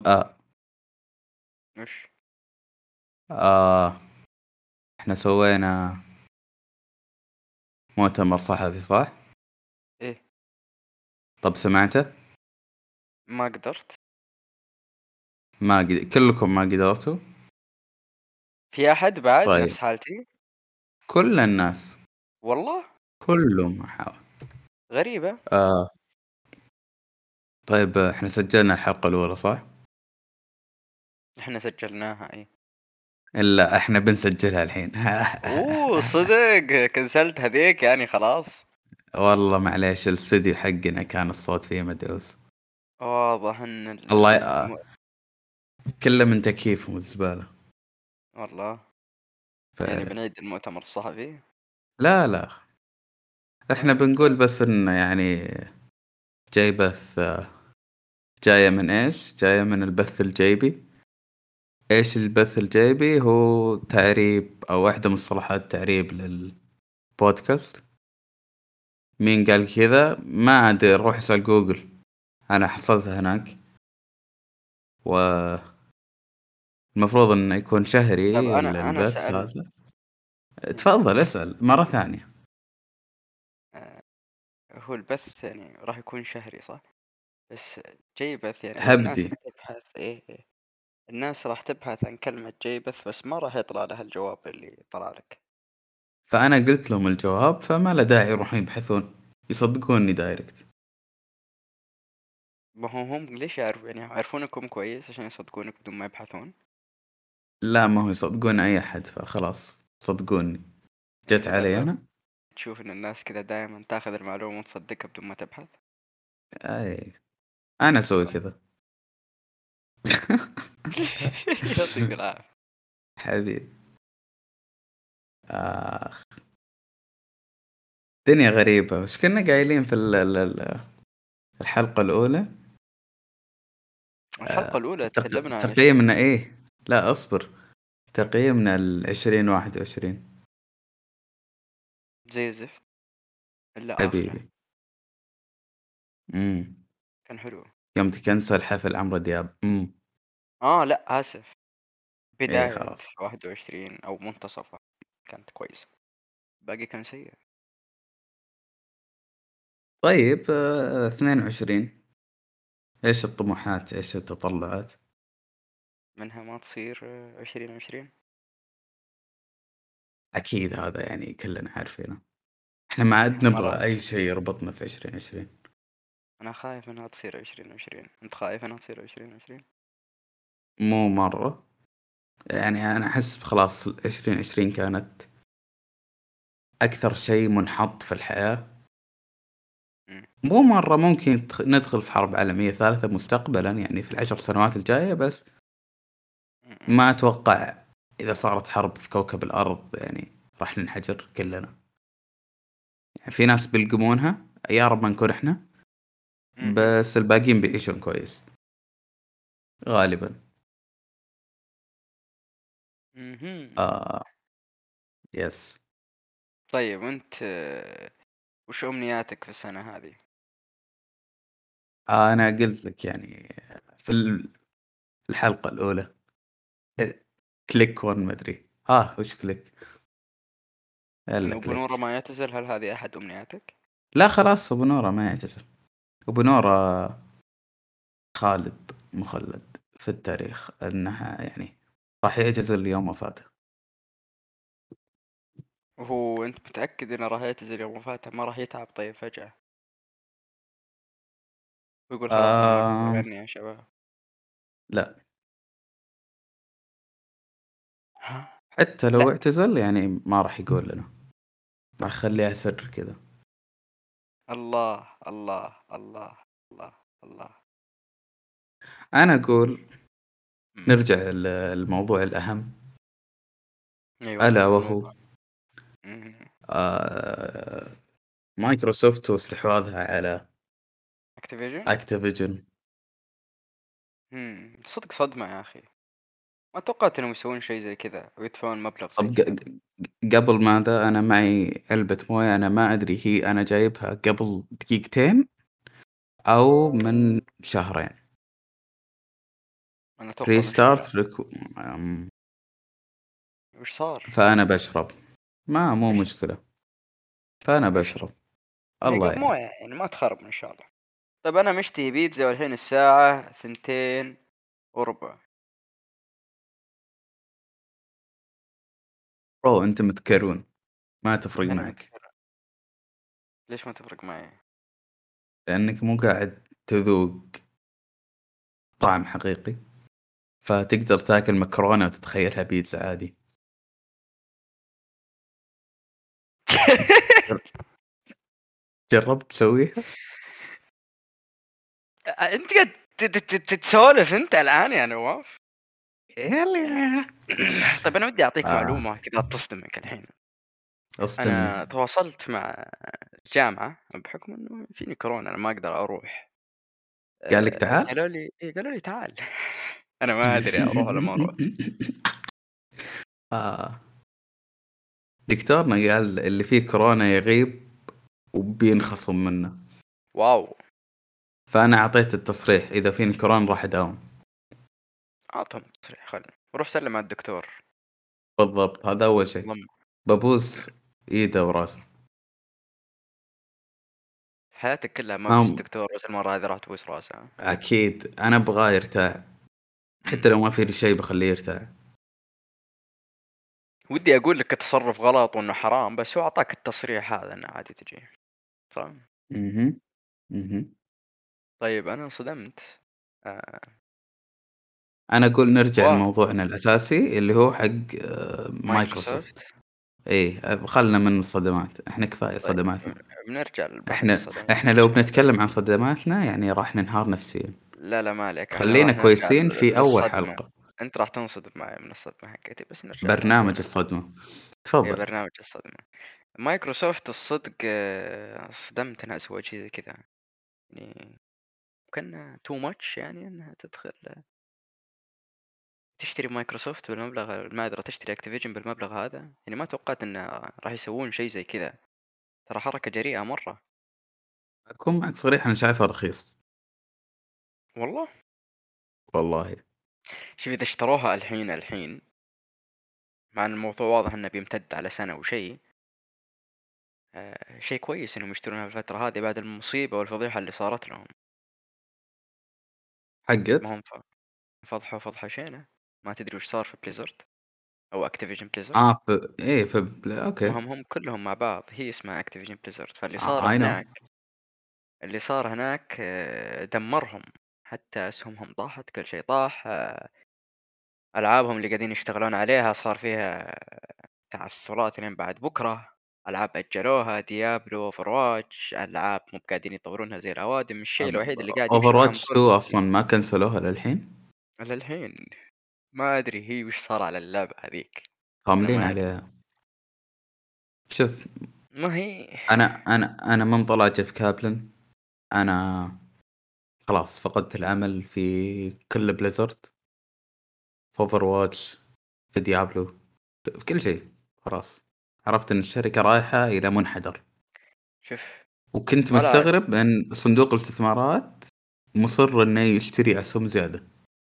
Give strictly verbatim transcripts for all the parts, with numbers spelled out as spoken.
آه. وش؟ آه. إحنا سوينا مؤتمر صحفي صح؟ إيه. طب سمعته؟ ما قدرت. ما قد... كلكم ما قدرتوا؟ في أحد بعد طيب نفس حالتي؟ كل الناس والله. كلهم حاول. غريبة. آه. طيب إحنا سجلنا الحلقة الأولى صح؟ إحنا سجلناها إيه. إلا إحنا بنسجلها الحين. أوه صدق كنسلت هذيك يعني خلاص. والله معليش الاستوديو حقنا كان الصوت فيه مدعوس. واضح إن ال... الله ي... الم... آه. كله من تكييفهم الزبالة. والله. يعني فعلا. بنعيد المؤتمر الصحفي. لا لا، احنا طيب بنقول طيب. بس انه يعني جاي بث آه، جاية من ايش؟ جاية من البث الجيبي. ايش البث الجيبي؟ هو تعريب او واحدة من مصطلحات تعريب للبودكاست. مين قال كذا؟ ما عاد روح اسأل جوجل، انا حصلتها هناك. والمفروض انه يكون طب شهري ال- أنا أنا البث سألت. هذا. تفضل اسأل مرة ثانية. آه، هو البث يعني راح يكون شهري صح؟ بس جاي بث يعني هو الناس هبدي. راح تبحث إيه إيه. الناس راح تبحث عن كلمة جاي بث بس ما راح يطلع لها الجواب اللي طلع لك. فانا قلت لهم الجواب، فما له داعي يروحون يبحثون، يصدقوني دايركت. ما هو هم ليش يعرفوا يعني يعرفونكم كويس عشان يصدقونك بدون ما يبحثون. لا ما هو يصدقون اي احد، فخلاص صدقوني. جت يعني لا علي لا انا. تشوف إن الناس كذا دائما تاخذ المعلومة وتصدقها بدون ما تبحث. اي انا اسوي طيب. كذا. يعطيك العافية. حبيبي. آه. دنيا غريبة. وش كنا قايلين في ال- ال- ال- الحلقة الأولى؟ الحلقة آه. الأولى تق... تكلمنا عن أشياء تقييمنا إيه؟ لا أصبر. تقييمنا العشرين واحد وعشرين. زي الزفت إلا آخره. حبيبي. مم. كان حلو. يوم تكنسل حفل عمرو دياب. مم. آه لا آسف. إيه بداية خلاص. واحد وعشرين أو منتصفها كانت كويسة. باقي كان سيء. طيب آه. اثنين وعشرين. إيش الطموحات؟ إيش التطلعات؟ منها ما تصير آه، عشرين عشرين. أكيد هذا يعني كلنا عارفينه. إحنا ما عاد نبغى مرات أي شيء يربطنا في عشرين عشرين. أنا خايف إنها تصير عشرين عشرين. أنت خايف إنها تصير عشرين عشرين؟ مو مرة. يعني أنا أحس خلاص عشرين عشرين كانت أكثر شيء منحط في الحياة. مم. مو مرة ممكن تخ- ندخل في حرب عالمية ثالثة مستقبلا، يعني في العشر سنوات الجاية، بس مم. ما أتوقع إذا صارت حرب في كوكب الأرض يعني راح ننحجر كلنا. يعني في ناس بيلقمونها، يا رب ما نكون إحنا، مم. بس الباقيين بيعيشون كويس غالبا. مم. آه. يس. طيب وأنت آه، وش أمنياتك في السنة هذه؟ آه أنا قلت لك يعني في ال- الحلقة الأولى. كليك ون مدري ها وش كليك. يلا إنه بنورة كليك. ما يعتزل، هل هذه أحد أمنياتك؟ لا خلاص أبو نورة ما يعتزل. أبو نورة خالد مخلد في التاريخ أنها يعني راح يعتزل يوم وفاته. وهو أنت متأكد إنه راح يعتزل يوم وفاته؟ ما راح يتعب طيب فجأة ويقول خلاص أنا وقف آه. أغني يا شباب؟ لا ها؟ حتى لو لا. اعتزل يعني ما راح يقول لنا، راح يخليها سر كذا. الله الله الله الله الله. أنا أقول مم. نرجع للموضوع الأهم، أيوة ألا اللي هو وهو الموضوع. مم. آه مايكروسوفت واستحواذها على أكتيفيجن. أكتيفيجن. مم. صدق صدمة يا أخي. ما توقعت إنهم يسوون شيء زي كذا ويدفعون مبلغ زي طب ق- كذا. ق- قبل ماذا؟ أنا معي علبة موية، أنا ما أدري هي أنا جايبها قبل دقيقتين أو من شهرين. أنا أتوقع ريستارت مشكلة. ريكو أم، وش صار؟ فأنا بشرب. ما مو وش مشكلة. فأنا وش بشرب. هي الله قبل يعني. موية يعني ما تخرب إن شاء الله. طيب أنا مشتهي بيتزا والحين الساعة ثنتين وربع. برو أنت متكرون، ما تفرق أنا معك. متفرج. ليش ما تفرق معي؟ لأنك مو قاعد تذوق طعم حقيقي، فتقدر تاكل مكرونة وتتخيلها بيتزا عادي. جر- جربت تسويها؟ أنت قاعد ت- ت- ت- تسولف أنت الآن يا نواف. يلا. طيب أنا ودي أعطيك آه، معلومة كذا تصدمك الحين. اصدمني. أنا تواصلت مع الجامعة بحكم إنه فيني كورونا، أنا ما أقدر أروح. قال لك آآ تعال. قالوا لي إيه، قالوا لي تعال. أنا ما أدري أروح والّا ما أروح. آه. دكتورنا قال اللي فيه كورونا يغيب إمم. وبينخصم منه. واو! فأنا أعطيت التصريح إذا فيني كورونا راح أداوم. أعطهم تصريح خلّي، روح سلِّم على الدكتور. بالضبط، هذا أول شيء. ضم ببوس إيده وراسه. في حياتك كلها ما ما بوست هم- الدكتور، بس المرة هذه راح تبوس راسه ها؟ أكيد أنا أبغاه يرتاح، إمم. حتى لو ما في لي شيء بخليه يرتاح. ودي أقول لك التصرف غلط وإنه حرام، بس هو أعطاك التصريح هذا إنه عادي تجي، صح؟ اهم، اهم. طيب أنا انصدمت. آآ أنا أقول نرجع واه لموضوعنا الأساسي اللي هو حق آه، مايكروسوفت. مايكروسوفت. إيه أب- خلنا من الصدمات، إحنا كفاية طيب صدماتنا. بنرجع لباقي إحنا الصدمات إحنا ما لو إشكال. بنتكلم عن صدماتنا يعني راح ننهار نفسيا. لا، لا ما عليك، إحنا خلينا راح نرجع كويسين ل في أول للصدمة. حلقة. أنت راح تنصدم معي من الصدمة حقتي، بس نرجع برنامج لموضوعنا. الصدمة. إيه تفضل. برنامج الصدمة. مايكروسوفت الصدق آه، صدمت إنها سوت شي زي كذا، يعني وكان too much يعني إنها تدخل تشتري مايكروسوفت بالمبلغ ما أدري تشتري أكتيفيجن بالمبلغ هذا، يعني ما توقعت إنه راح يسوون شي زي كذا، ترى حركة جريئة مرة. أكون معك صريح، أنا شايفها رخيص. والله والله. شوف إذا اشتروها الحين الحين مع إن الموضوع واضح إنه بيمتد على سنة وشي، آه، شيء كويس إنهم يشترونها في الفترة هذه بعد المصيبة والفضيحة اللي صارت لهم. ما حقت. هم ف- فضحوا فضحة شينة. ما تدري وش صار في بليزرد أو أكتيفيجن بليزرد. آه في إيه في بل... ما أوكي. هم هم كلهم مع بعض، هي اسمها أكتيفيجن بليزرد، فاللي صار آه I know. هناك اللي صار هناك آه، دمرهم. حتى أسهمهم طاحت، كل شيء طاح. آه، ألعابهم اللي قاعدين يشتغلون عليها صار فيها تعثرات لين بعد بكرة. ألعاب أجلوها، ديابلو، اوفرواتش، ألعاب مو قاعدين يطورونها زي الأوادم. الشيء الوحيد اللي قاعد يمشي معاهم Overwatch كول تو اوف أصلا ما كنسلوها للحين. للحين. ما أدري هي وش صار على اللعبة هذيك. أنا صاملين ما أدري. عليها. شوف، ما هي أنا أنا أنا من طلع جيف كابلن أنا خلاص فقدت الأمل في كل بليزرد، في Overwatch، في ديابلو، في كل شيء. خلاص عرفت إن الشركة رايحة إلى منحدر. شوف وكنت طلع مستغرب أن صندوق الاستثمارات مصر إنه يشتري أسهم زيادة.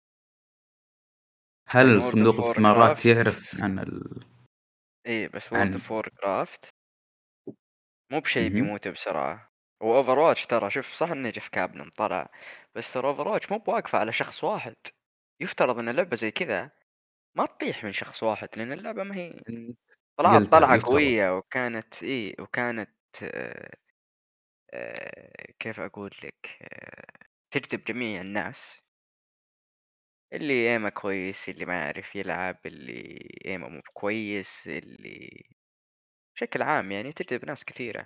لأن هل وورد صندوق اوف الاستثمارات ووركرافت. يعرف عن ال... إيه بس وورد عن اوف ووركرافت مو بشيء اهم. بيموت بسرعة. واوفر واتش ترى شوف صح انه جيف كابلن طلع، بس ترى اوفر واتش مو بواقفة على شخص واحد. يفترض ان اللعبة زي كذا ما تطيح من شخص واحد، لان اللعبة ما هي طلعت قلتها طلعة يفترض. قوية وكانت ايه وكانت آه آه كيف اقول لك آه تجذب جميع الناس. اللي ايمه كويس، اللي ما يعرف يلعب، اللي ايمه مو كويس، اللي بشكل عام يعني تجذب ناس كثيرة.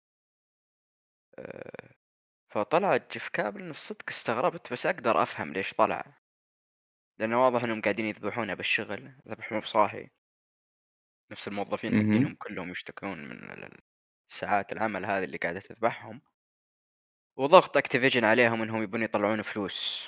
آه، فطلع جيف كابلن الصدق استغربت، بس أقدر أفهم ليش طلع. لأنه واضح إنهم قاعدين يذبحونه بالشغل، ذبح مو بصاحي. نفس الموظفين حقينهم اهم. كلهم يشتكون من ال- ساعات العمل هذه اللي قاعدة تذبحهم. وضغط اكتيفيجن عليهم إنهم يبون يطلعون فلوس.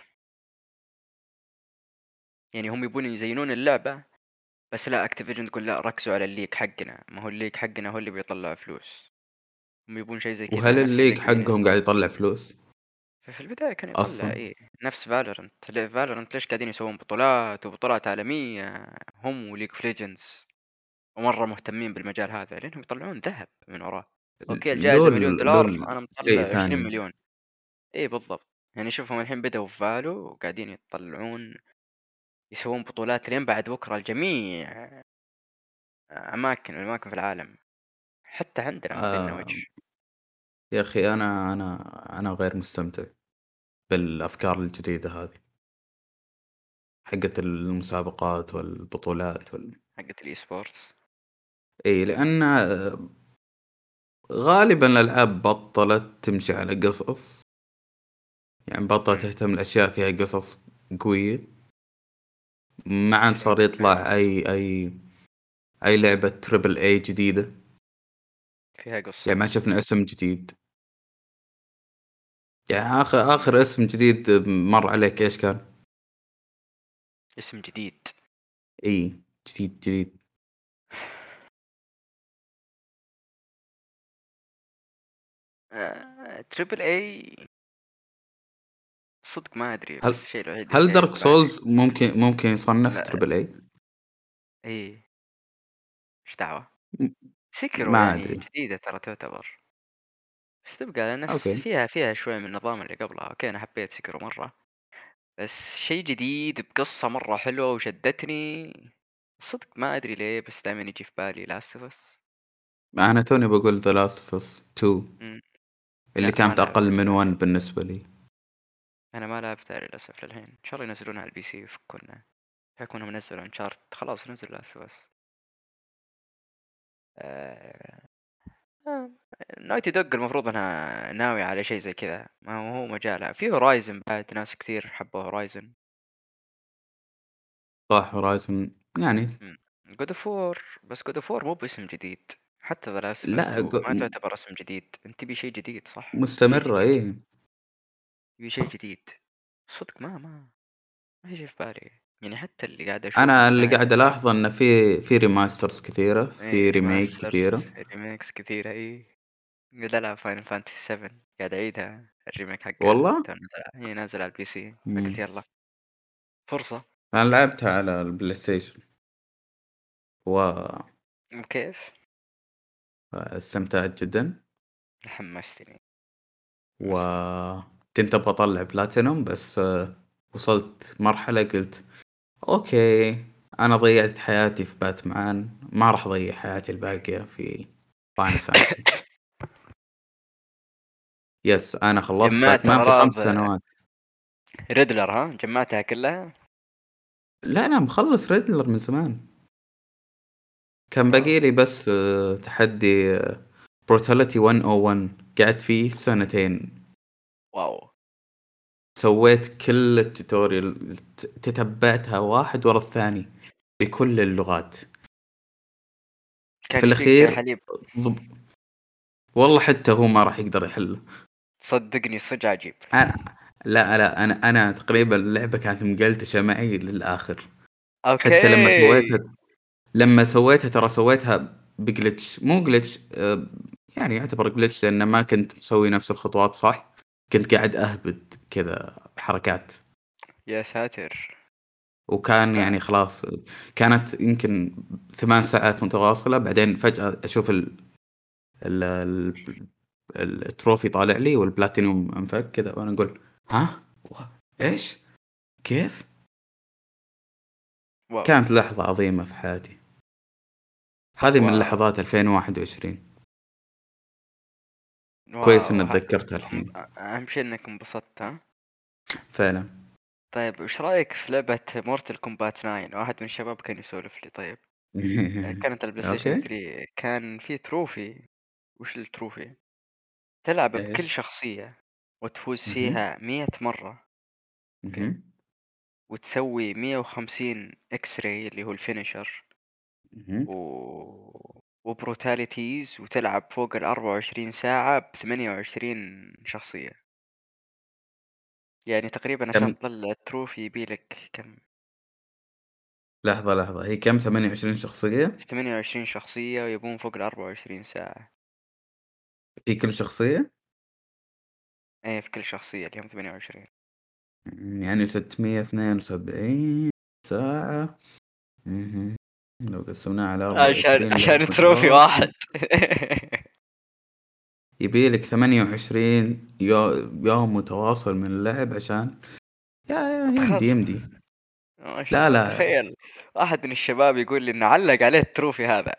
يعني هم يبون يزينون اللعبة، بس لا اكتيفيجن تقول لا ركزوا على الليك حقنا، ما هو الليك حقنا هو اللي بيطلع فلوس. هم يبون شيء زي وهل كذا، نفس اللي الليج قاعدين حقهم يسوون. قاعد يطلع فلوس؟ ففي البداية كان يطلّع أصلًا. إيه، نفس Valorant ل Valorant ليش قاعدين يسوون بطولات وبطولات عالمية هم وLeague of Legends ومرّة مهتمين بالمجال هذا، لأنهم يطلعون ذهب من وراه. أوكي الجائزة لول مليون دولار لول أنا شيء مطلّع عشرين ثاني. مليون إيه بالضبط. يعني شوفهم الحين بدأوا في Valo وقاعدين يطلعون يسوون بطولات لين بعد بكرة لجميع أماكن الأماكن في العالم، حتى عندنا ما بيننا آآ وجه. يا أخي أنا أنا أنا غير مستمتع بالأفكار الجديدة هذه، حقة المسابقات والبطولات وال حقة الeSports. إي لأن آه، غالبًا الألعاب بطّلت تمشي على قصص، يعني بطّلت إمم. تهتم لأشياء فيها قصص قوية، ما عاد صار single يطلع based أي أي أي لعبة triple A جديدة، فيها يعني قصة. ما شفنا اسم جديد. يعني آخر إمم. آخر اسم جديد مَر عليك إيش كان؟ اسم جديد. إي، جديد، جديد. آآ triple A صدق ما أدري، هل بس الشيء الوحيد اللي هل جاي Dark في بالي Souls ممكن ممكن يصنف لأ. triple A؟ إيه، إيش دعوة؟ م سيكرو ما يعني أدري. جديدة ترى تعتبر، بس تبقى نفس أوكي. فيها فيها شوي من النظام اللي قبلها. أوكي أنا حبيت سيكرو مرة، بس شيء جديد بقصة مرة حلوة وشدتني. صدق ما أدري ليه، بس دايما يجي في بالي لاست اوف اس. أنا توني باقول The Last of Us تو اللي لا ما كانت أقل من لعبتها. واحد بالنسبة لي. أنا ما لعبتها للأسف للحين، إن شاء الله ينزلونها على البي سي ويفكونا. يكونوا نزلوا انشارت خلاص نزلوا لاست اوف اس. آه... آه، نايتي دوج المفروض انها ناوية على شيء زي كذا، ما هو هو مجالها. في هورايزن بعد ناس كثير حبوا هورايزن. صح Horizon يعني جود اوف وور، بس جود اوف وور مو باسم جديد. حتى ذا لاست اوف اس لأ تو ق ما تعتبر اسم جديد، انت تبي شيء جديد صح؟ شيء مستمرة جديد، إيه. تبي شيء جديد. صدق ما ما ما في شيء في بالي. يعني حتى اللي قاعد اشوفه أنا من اللي ناحية قاعد ألاحظه إنه في في remasters كثيرة، ايه في remake ريماسترز كثيرة. ريميكس كثيرة ايه. قاعد العب فاينل فانتسي سفن، قاعد اعيدها الريميك حقها والله؟ تو نزل، هي نازل على البي سي فقلت إمم. يلا فرصة. أنا لعبتها على البلايستيشن و كيف؟ استمتعت جدًا، حمستني حمستني. وكنت أبغى أطلّع platinum بس آه، وصلت مرحلة قُلت أوكي، أنا ضيّعت حياتي في باتمان، ما راح أضيّع حياتي الباقية في Final Fantasy. يس أنا خلّصت جمعت باتمان في خمس اغراض سنوات. ريدلر ها، جمعتها كلها. لا أنا مخلّص Riddler من زمان، كان واو. باقي لي بس آه، تحدي آه، Brutality مية وواحد قعدت فيه سنتين، واو. سويت كل الtutorial ت تتبعتها واحد ورا الثاني بكل اللغات. في كان يبيك الأخير حليب. ضب والله حتى هو ما راح يقدر يحلّه. صدقني صدق عجيب. أ لا، لا، أنا أنا تقريبًا اللعبة كانت مقلتشة معي للآخر، حتى لمّا اوكي. سويتها لمّا سويتها ترى سويتها بglitch مو glitch آآ، يعني يعتبر glitch لأن ما كنت مسوي نفس الخطوات صح، كنت قاعد أهبد كذا حركات، يا ساتر. وكان ف يعني خلاص كانت يمكن ثمان ساعات متواصلة، بعدين فجأة أشوف ال ال ال التروفي طالع لي والبلاتينيوم انفك كذا وأنا أقول ها؟ و إيش؟ كيف؟ واو. كانت لحظة عظيمة في حياتي، هذه من واو. لحظات ألفين وواحد وعشرين. كويس واو إني هذا. اتذكرتها أم- الحين. اهم شيء انك انبسطت ها. فعلًا. طيب وش رايك في لعبة مورتل كومبات تسعة؟ واحد من الشباب كان يسولف لي. طيب كانت على البلاي ستيشن أوكي. ثري، كان في تروفي. وش التروفي؟ تلعب بكل إيش؟ شخصية وتفوز اهم، فيها مية مرة. اوكي. اهم، وتسوي مية وخمسين اكس راي اللي هو الفينيشر اهم. و وبروتاليتيز، وتلعب فوق الأربعة وعشرين ساعة بثمانية وعشرين شخصية. يعني تقريبا كم عشان تطلع التروفي يبيلك كم؟ لحظة، لحظة هي كم ثمانية وعشرين شخصية ثمانية وعشرين شخصية ويبون فوق الأربعة وعشرين ساعة. في كل شخصية؟ إيه في كل شخصية اليوم ثمانية وعشرين. يعني ستمية واثنين وسبعين ساعة. اهم. لو قسمناه على عشان أربعة وعشرين عشان لعبة تروفي واحد. متواصل يبي لك ثمانية وعشرين يو يوم متواصل من اللعب عشان يا يا يمدي تخلص. يمدي. ما شاء لا الله، لا تخيل واحد من الشباب يقول لي انه علق عليه التروفي هذا.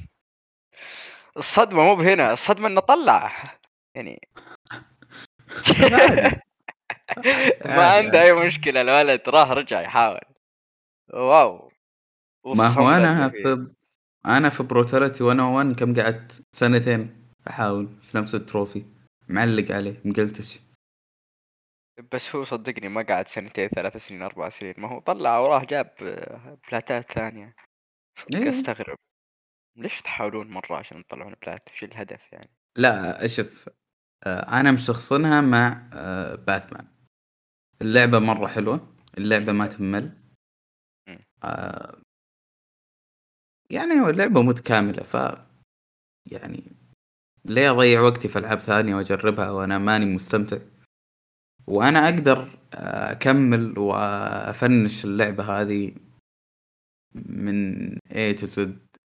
الصدمة مو بهنا، الصدمة انه طلع يعني. طب عادي ما عادي عنده عادي. اي مشكلة الولد، راح رجع يحاول. واو. ما هو والصملة اللي أنا فيه. في أنا في بروتاليتي مية وواحد كم قعدت سنتين أحاول في نفس التروفي معلق عليه مقلتش. بس هو صدقني ما قعد سنتين ثلاث سنين أربع سنين، ما هو طلع وراح جاب بلاتات ثانية. صدق إيه استغرب ليش تحاولون مرة عشان تطلعون بلات، وش الهدف يعني؟ لا شوف، آه، أنا مشخصنها مع آه، باتمان. اللعبة مرة حلوة، اللعبة ما تمل. مم. آه، يعني اللعبة متكاملة، ف يعني ليه أضيع وقتي في ألعاب ثانية وأجربها وأنا ماني مستمتع، وأنا أقدر آه، أكمل وأفنش اللعبة هذه من A to Z.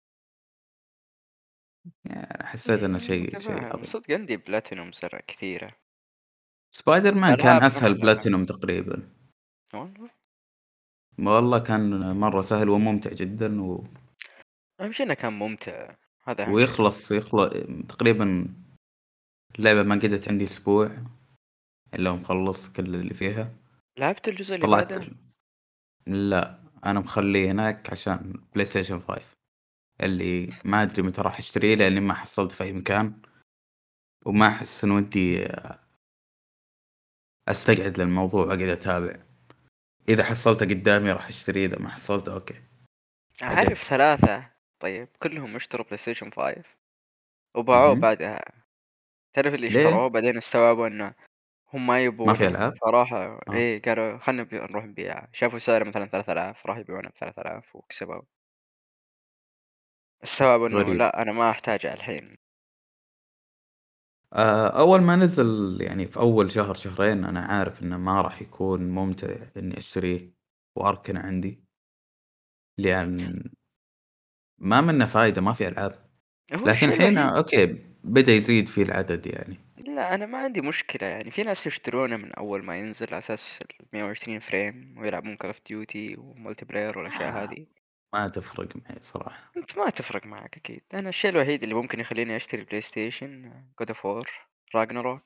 يعني حسيت إنه مم، شيء شيء متفاهم. عظيم. صدق عندي بلاتينوم سرعة كثيرة. سبايدر مان كان الألعاب أسهل نفسها. بلاتينوم تقريبا. والله والله كان مرة سهل وممتع جدا و... أهم شيء إنه كان ممتع، هذا أهم شيء. ويخلص يخلص تقريبا. اللعبة ما قعدت عندي أسبوع إلا مخلص كل اللي فيها. لعبت الجزء اللي طلعت بعده؟ ال- لا أنا مخليه هناك عشان بلاي ستيشن خمسة، اللي ما أدري متى راح أشتريه لأني ما حصلت في أي مكان، وما أحس إن ودي أستقعد للموضوع وأقعد أتابع. إذا حصلته قدامي راح أشتريه، إذا ما حصلته أوكي بعدين. أعرف ثلاثة. طيب كلهم اشتروا بلاي ستيشن خمسة وباعوه مهم. بعدها. تعرف اللي اشتروه ليه بعدين استوعبوا إنه هم ما ما في يبونه، ألعاب؟ فراحوا آه إيه قالوا خلنا نبي- نروح نبيعه، شافوا سعره مثلا ثلاثة آلاف راح يبيعونه بثلاثة آلاف وكسبوا. استوعبوا إنه غريب. لا أنا ما أحتاجه الحين. آه، أول ما نزل يعني في أول شهر شهرين أنا عارف إنه ما راح يكون ممتع إني أشتريه وأركنه عندي، لأن ما منه فايدة، ما في ألعاب. هو لكن الشيء الحين الوحيد. أوكي بدأ يزيد فيه العدد يعني. لا أنا ما عندي مشكلة، يعني في ناس يشترونه من أول ما ينزل على أساس المية وعشرين فريم ويلعبون كول اوف ديوتي ومولتي بلاير والأشياء آه، هذه. ما تفرق معي صراحة. أنت ما تفرق معك أكيد. أنا الشيء الوحيد اللي ممكن يخليني أشتري بلاي ستيشن جود اوف وور راجناروك.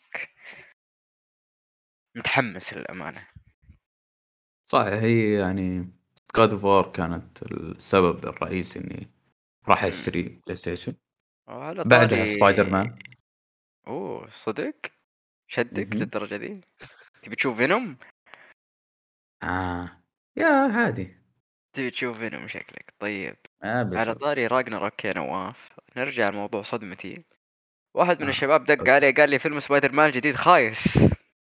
متحمس للأمانة. صح، هي يعني God of War كانت السبب الرئيسي إني راح أمم. أشتري بلاي ستيشن. وعلى بعدها طاري. سبايدر مان. أوه صدق. شدك اهم. للدرجة دي؟ تبي تشوف فينوم؟ آه، يا عادي. تبي تشوف فينوم شكلك. طيب ما على باشوف. طاري راجناروك يا نواف، نرجع لموضوع صدمتي. واحد من آه، الشباب دق أوكي. علي قال لي فيلم سبايدر مان الجديد خايس.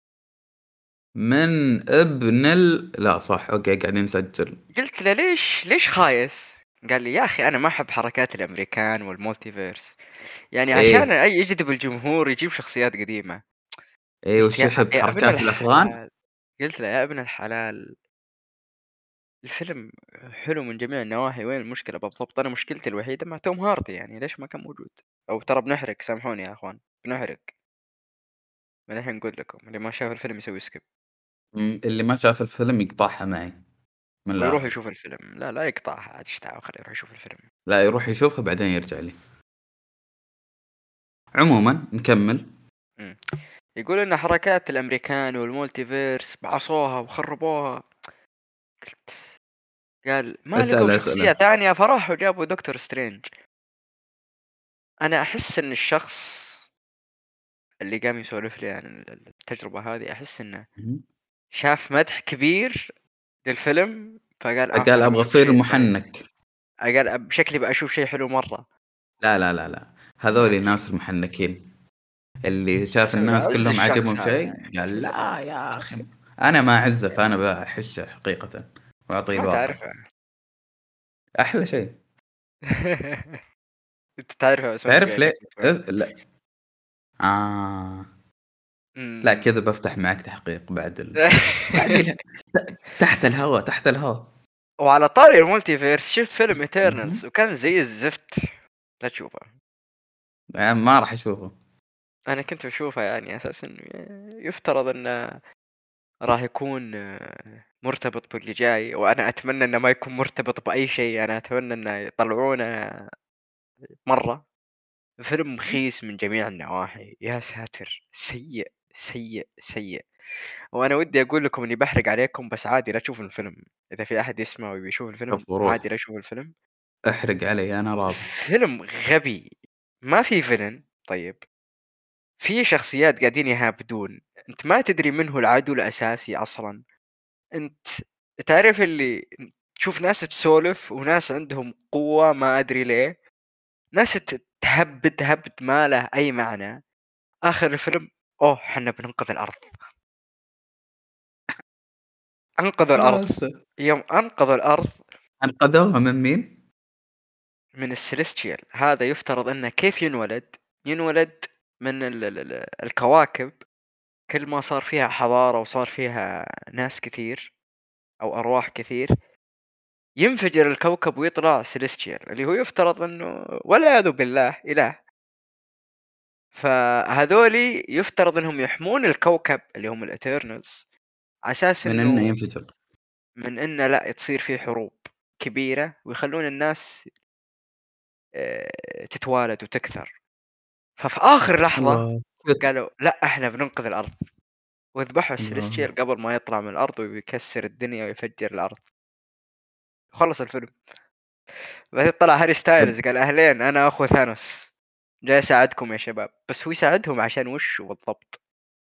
من ابن ال لا صح أوكي قاعدين نسجل. قلت له ليش ليش خايس؟ قال لي يا اخي انا ما احب حركات الامريكان والمولتيفيرس، يعني عشان إيه، اي يجذب الجمهور يجيب شخصيات قديمة. إيه قلت وش يا يحب يا ابن حركات الأفغان؟ الحلال. قلت له يا ابن الحلال، الفيلم حلو من جميع النواحي، وين المشكلة بالضبط؟ انا مشكلتي الوحيدة مع توم هاردي، يعني ليش ما كان موجود؟ او ترى بنحرق، سامحوني يا اخوان، بنحرق. من الحين نقول لكم اللي ما شاف الفيلم يسوي سكيب إمم، اللي ما شاف الفيلم يقطعها معي من ويروح الآخر. يشوف الفيلم. لا لا يقطعها عاد، ايش دعوه، خليه يروح يشوف الفيلم. لا يروح يشوفها بعدين يرجع لي. عمومًا نكمل. مم. يقول ان حركات الامريكان والمولتيفيرس بعصوها وخربوها. قلت، قال ما لقوا اسأله، شخصية اسأله. ثانية فراحوا جابوا دكتور سترينج. انا احس ان الشخص اللي قام يسولف لي عن ال- التجربة هذه، احس انه اهم. شاف مدح كبير للفيلم فقال اه قال انا أبغى بشوف أصير شيء طيب. محنك. قال بشكلي بشوف شيء حلو مرة. لا، لا، لا، لا، ما هذول ادري الناس المحنكين، اللي شو شاف اسوي بقى، الناس عز كلهم الشخص عجبهم هذا شيء يعني، شو قال اسوي لا يا شو أخي اسوي. أنا ما أعزه، فأنا باحشه حقيقةً وأعطيه ما الواقع. تعرفه. أحلى شيء. انت تعرفه بس ما تبي تعرف انك ليه؟ تقول. اس لا. آه. لأ إمم. كذا بافتح معاك تحقيق بعد ال بعد ال ت تحت الهوا، تحت الهوا. وعلى طاري الMultiverse شُفت فيلم Eternals اهم. وكان زي الزفت، لا تشوفه. يعني ما راح أشوفه. أنا كنت باشوفه يعني على أساس إنه يفترض إنه راح يكون مرتبط باللي جاي، وأنا أتمنى إنه ما يكون مرتبط بأي شيء، أنا أتمنى إنه يطلعونه مرة فيلم خيس من جميع النواحي. يا ساتر! سيء، سيء، سيء. وأنا ودي أقول لكم إني باحرق عليكم، بس عادي لا تشوفوا الفيلم، إذا في أحد يسمع ويبي يشوف الفيلم شوف وروح، عادي لا يشوف الفيلم. احرق علي أنا راضي. فيلم غبي، ما في villain طيب، في شخصيات قاعدين يهابدون، أنت ما تدري من هو العدو الأساسي أصلًا، أنت تعرف اللي تشوف ناس تسولف وناس عندهم قوة ما أدري ليه، ناس ت تهبد هبد ما له أي معنى، آخر الفيلم أوه حنا بننقذ الأرض، أنقذوا الأرض، خلاص. يوم أنقذوا الأرض أنقذوها من مين؟ من الcelestial هذا يفترض إنه كيف ينولد؟ ينولد من ال ال ال الكواكب، كل ما صار فيها حضارة وصار فيها ناس كثير أو أرواح كثير، ينفجر الكوكب ويطلع celestial اللي هو يفترض إنه والعياذ بالله إله. فهذولي يفترض إنهم يحمون الكوكب اللي هم الإترنالز على أساس من إنه إنه ينفجر. من إنه لأ تصير في حروب كبيرة ويخلون الناس آآ تتوالد وتكثر. ففي آخر لحظة الله! كت قالوا لأ إحنا بننقذ الأرض، وذبحوا الله! الcelestial قبل ما يطلع من الأرض ويكسر الدنيا ويفجر الأرض. وخلص الفيلم. بعدين طلع هاري طيب ستايلز قال أهلين أنا أخو ثانوس، جاي أساعدكم يا شباب، بس هو يساعدهم عشان وشو بالضبط؟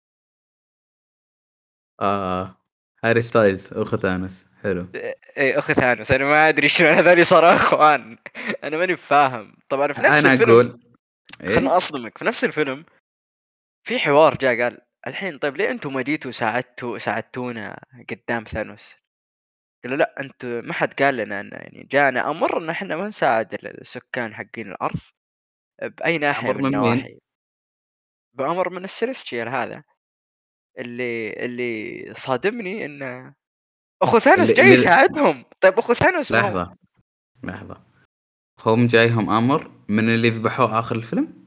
آه، هاري ستايلز أخو ثانوس، حلو. آآ إيه أخو ثانوس، أنا ما أدري شلون هذولي صاروا إخوان. أنا ماني فاهم. طبعًا في نفس أنا الفيلم أقول خلّيني إيه؟ أصدمك، في نفس الفيلم في حوار جا قال: "الحين طيب ليه أنتم ما جيتوا ساعدتوا ساعدتونا قدام ثانوس؟" قالوا: "لأ أنتم ما حد قال لنا إنه يعني جانا أمر إن إحنا ما نساعد ال السكان حقين الأرض بأي ناحية أمر من من مين؟ النواحي." بأمر من الcelestial هذا. اللي اللي صادمني إنه أخو ثانوس اللي جاي اللي يساعدهم، طيب أخو ثانوس ما هو؟ لحظة، لحظة، هم جايهم أمر من اللي ذبحوه آخر الفيلم؟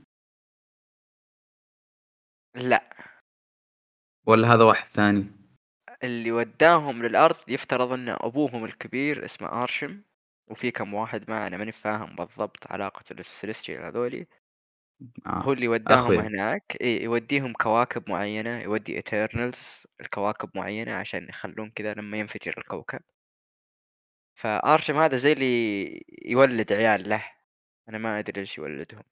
لأ، والّا هذا واحد ثاني؟ اللي وداهم للأرض يفترض إن أبوهم الكبير اسمه آرشم، وفي كم واحد ما أنا ماني فاهم بالضبط علاقة الcelestial هذولي، آه، هو اللي وداهم أخويا. هناك، إي يوديهم كواكب معينة، يودي Eternals لكواكب معينة عشان يخلون كذا لما ينفجر الكوكب. فآرشم هذا زي اللي يولد عيال له، أنا ما أدري ليش يولدهم.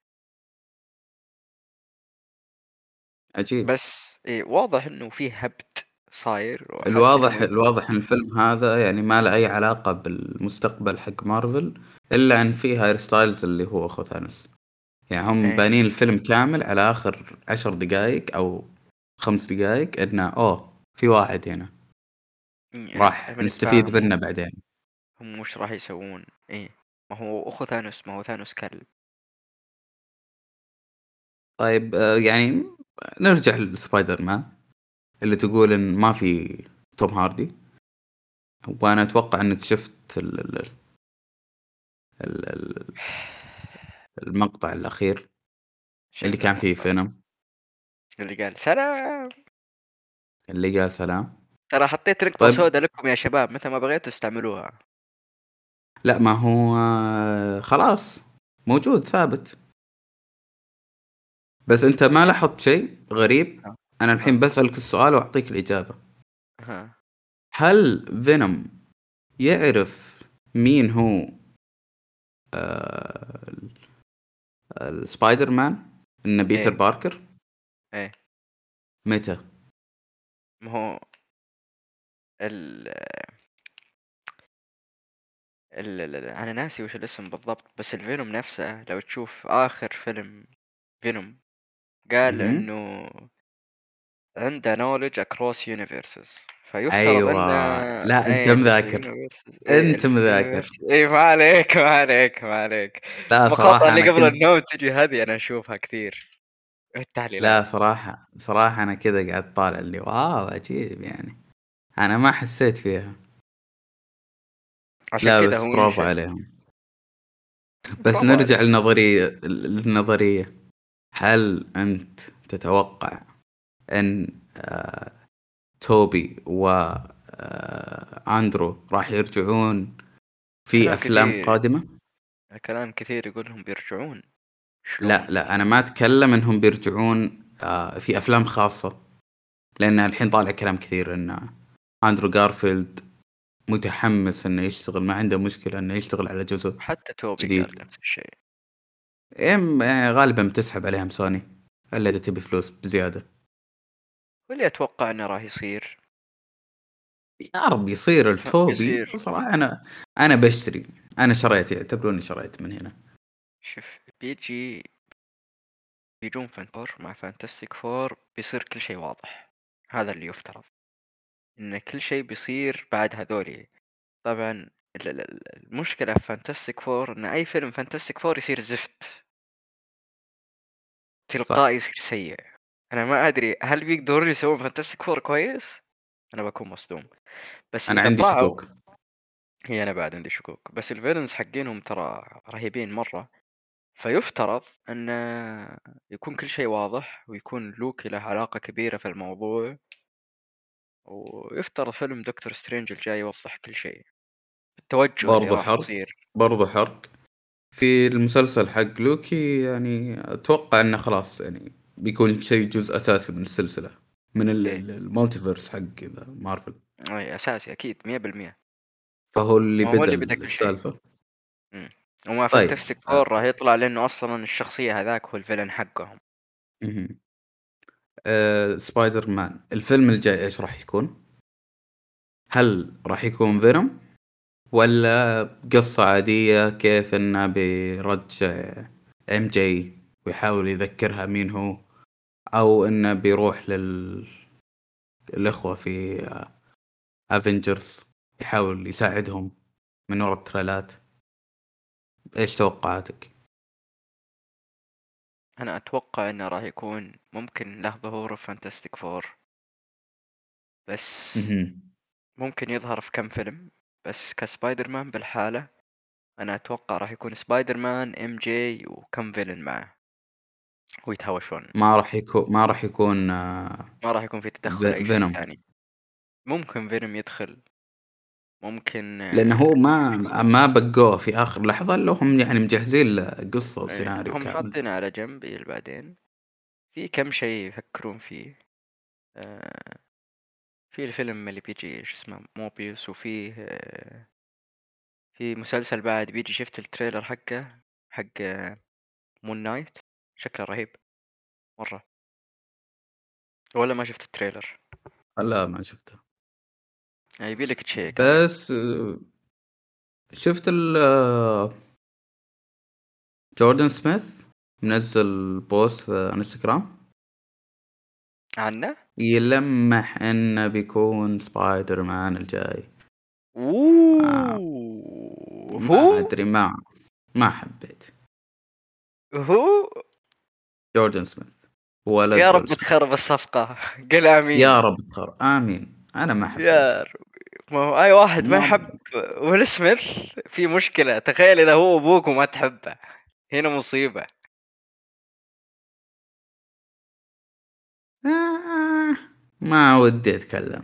عجيب. بس إيه واضح إنه في هبد صاير وأحس إنه الواضح ممكن. الواضح إن الفيلم هذا يعني ما له أي علاقة بالمستقبل حق مارفل، إلا إن فيه هاري ستايلز اللي هو أخو ثانوس. يعني هم إيه بانين الفيلم كامل على آخر عشر دقايق أو خمس دقايق إنه أوه في واحد هنا إيه، أنا راح ماني نستفيد فاهم منه هم بعدين. هم وش راح يسوون. إيه ما هو أخو ثانوس، ما هو ثانوس كلب. طيب آه، يعني نرجع لسبايدر مان اللي تقول إن ما في توم هاردي. وأنا أتوقع إنك شفت ال ال ال ال المقطع الأخير اللي شنو كان فيه المقطع فينوم اللي قال سلام؟ اللي قال سلام. ترى حطيت نقطة طيب سوداء لكم يا شباب، متى ما بغيتوا استعملوها. لأ ما هو آه، خلاص موجود ثابت. بس أنت ما لاحظت شيء غريب؟ ها أنا ها الحين بسألك السؤال وأعطيك الإجابة. ها هل فينوم يعرف مين هو آه السبايدر مان إنه بيتر إيه باركر؟ إيه متى؟ ما هو ال ال ال أنا ناسي وش الاسم بالضبط، بس الفينوم نفسه لو تشوف آخر فيلم فينوم قال اهم. إنه عنده knowledge across universes، فيفترض إنه أيوه، لأ أنت إيه الف مذاكر، universes إيه أنت الف مذاكر. universe إيه ما عليك ما عليك ما عليك. لا المقاطع صراحة اللي أنا قبل كنت النوم تجي هذه أنا أشوفها كثير. لا التعليلات. صراحة صراحة أنا كذا قاعد طالع اللي واو عجيب يعني، أنا ما حسيت فيها. عشان لا كذا بس هو برافو ينشئ. عليهم. بس برافو نرجع عليه. للنظرية للنظرية، هل أنت تتوقع أن آه توبي وأندرو راح يرجعون في كلام أفلام كثير، قادمة؟ كلام كثير يقول لهم بيرجعون. لا شلون؟ لا أنا ما أتكلم إنهم بيرجعون آه في أفلام خاصة، لأن الحين طالع كلام كثير إن أندرو جارفيلد متحمس إنه يشتغل، ما عنده مشكلة إنه يشتغل على جزء حتى توبي قال جديد. نفس الشيء. إم يعني غالبا بتسحب عليهم سوني إلا إذا تبي فلوس بزيادة. واللي اتوقع انه راح يصير، يا رب يصير التوبي بيصير. صراحة. أنا أنا بشتري، أنا شريت، يعتبروني شريت من هنا. شوف، بيجي بيجون فانتور مع فانتستيك فور، بيصير كل شيء واضح. هذا اللي يفترض، ان كل شيء بيصير بعد هذولي. طبعا ال- ال- ال- المشكلة في فانتستيك فور ان اي فيلم فانتستيك فور يصير زفت، صح. تلقائي يصير سيء. انا ما ادري هل بيقدرون يسوون فانتستيك فور كويس. انا بكون مصدوم. بس أنا اذا عندي طلعوا، شكوك. هي انا بعد عندي شكوك، بس الفيلنز حقينهم ترى رهيبين مرة. فيفترض ان يكون كل شيء واضح، ويكون لوكي له علاقة كبيرة في الموضوع. ويفترض فيلم دكتور سترينج الجاي يوضح كل شيء، التوجه اللي برضو راح حرق، يصير. برضو حرق في المسلسل حق لوكي، يعني أتوقع إنه خلاص يعني بيكون شيء جزء أساسي من السلسلة، من ال- ايه، ال- المالتيفيرس حق ذا مارفل. اي اساسي اكيد مية بالمية. فهو اللي ما هو بدأ اللي بدأ كل شيء. السالفة. امم وما طيب فانتستيك آه، فور راح يطلع لانه اصلا الشخصية هذاك هو الفيلن حقهم. مهم. آه، سبايدر مان الفيلم الجاي إيش راح يكون؟ هل راح يكون فينوم، ولا قصة عادية كيف إنه بيرجع إم جي ويحاول يذكرها مين هو، أو إنه بيروح للإخوة في افنجرز يحاول يساعدهم من وراء التريلات؟ ايش توقعاتك؟ انا اتوقع انه راح يكون ممكن له ظهور في فانتستيك فور، بس مهم. ممكن يظهر في كم فيلم. بس كسبايدر مان بالحالة، انا اتوقع راح يكون سبايدر مان، ام جي، وكم فيلن معه ويتهاوشون. ما راح يكون ما راح يكون آه، ما راح يكون في تدخل في- اي شيء فينوم، ثاني. ممكن فينوم يدخل، ممكن لانه آه، هو ما شخصية. ما بقوه في اخر لحظة، اللي هم يعني مجهزين له قصة إيه، وسيناريو هم كامل. حاطينه على جنب إلى بعدين. في كم شيء يفكرون فيه. آه، في الفيلم اللي بيجي شو اسمه موبيوس، وفيه آه، في مسلسل بعد بيجي. شفت التريلر حقه، حق مون نايت، شكله رهيب مرة. ولا ما شفت التريلر؟ لا ما شفته. يعني يبي لك تشيك عليه. بس آه، شفت ال آه، جوردن سميث منزل بوست في انستغرام عنه. يلمح انه بيكون سبايدر مان الجاي. آه، اوه، ما هو ادري، ما ما حبيت هو جوردن سميث، ولد يا ويل رب سميث. تخرب الصفقة. قل امين. يا رب تخر آمين. أنا ما حبيت. يا رب. ما هو اي واحد ما ما يحب ويل سميث في مشكلة. تخيل اذا هو ابوك وما تحبه، هنا مصيبة. آه ما ودي أتكلم،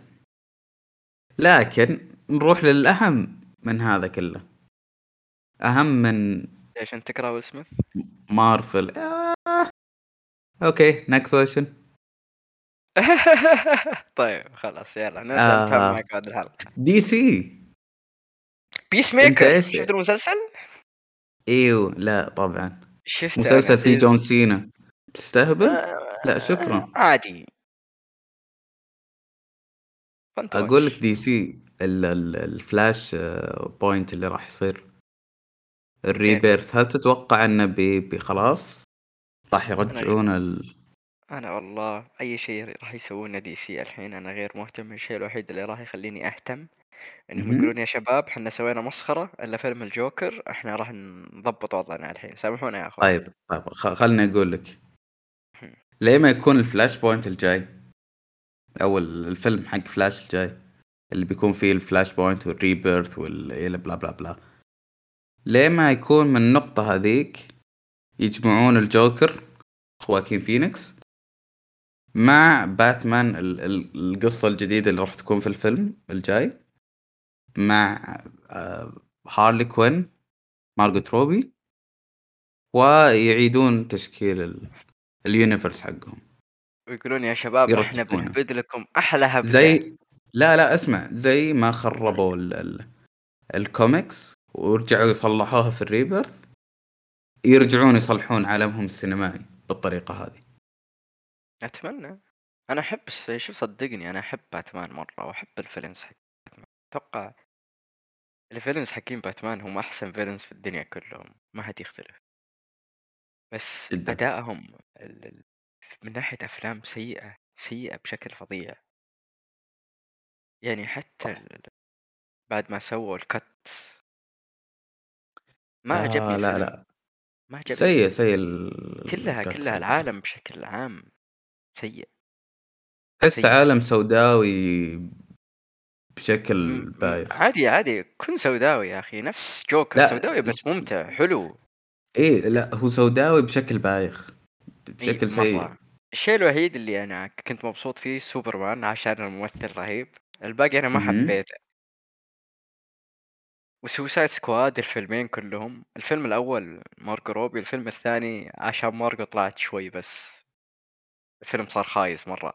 لكن نروح للأهم من هذا كله، أهم من ليش انت تكره ويل سميث؟ مارفل. آه أوكي next question. طيب خلاص، يلا نرجع نتابع آه معك بعد الحلقة. دي سي. بيس أنت ميكر، إيش؟ شفت المسلسل؟ إيوه لا طبعا. شفته انا مسلسل فيه جون عزيز. سينا، تستهبل؟ لا آه، شكرا. عادي. فانت أقول لك واتش. دي سي ال- ال- الفلاش آه، بوينت اللي راح يصير كيف؟ الريبيرث، هل تتوقع انه بي بي خلاص راح انا يرجعون ال... انا والله اي شيء راح يسوونه دي سي الحين انا غير مهتم. الشيء الوحيد اللي راح يخليني اهتم انهم يقولون مهم. يا شباب احنا سوينا مسخرة الا فيلم الجوكر، احنا راح نضبط وضعنا الحين، سامحونا يا اخوان. طيب طيب خ- خلني اقول لك، ليه ما يكون الفلاش بوينت الجاي او ال- الفيلم حق فلاش الجاي اللي بيكون فيه الفلاش بوينت والريبيرث وال بلا بلا بلا، ليه ما يكون من النقطة هذيك يجمعون الجوكر خواكين فينيكس مع باتمان ال- ال- القصة الجديدة اللي راح تكون في الفيلم الجاي مع آه، هارلي كوين مارغوت روبي، ويعيدون تشكيل ال- اليونيفرس حقهم ويقولون يا شباب إحنا يرتبونه بنهبد لكم أحلى هبدة. زي، لا لا اسمع، زي ما خربوا ال... ال... الكوميكس ورجعوا يصلحوها في الريبيرث، يرجعون يصلحون عالمهم السينمائي بالطريقة هذه. أتمنى. أنا أحب س- شوف صدقني أنا أحب باتمان مرة وأحب الفيلنز حق باتمان. أتوقع الفيلنز حقين باتمان هم أحسن فيلنز في الدنيا كلهم، ما حد يختلف. بس جدا. أدائهم ال... ال- من ناحية أفلام سيئة سيئة بشكل فظيع. يعني حتى ال... بعد ما سووا الكت ما عجبني آه لا الفيلم. لا، ما عجبني سيء الفيلم. سيء ال- كلها الكات كلها حقه. العالم بشكل عام سيء. تحس سيء. عالم سوداوي م... بشكل م... بايخ. عادي عادي كن سوداوي يا أخي، نفس جوكر لا سوداوي بس ممتع حلو. ايه، لا هو سوداوي بشكل بايخ، اي بشكل سيء. مرة. الشيء الوحيد اللي انا كنت مبسوط فيه سوبرمان عشان الممثل رهيب. الباقي انا ما مهم. حبيته. وسوسايد سكواد الفيلمين كلهم، الفيلم الاول مارجو روبي، الفيلم الثاني عشان مارجو طلعت شوي بس الفيلم صار خايس مرة.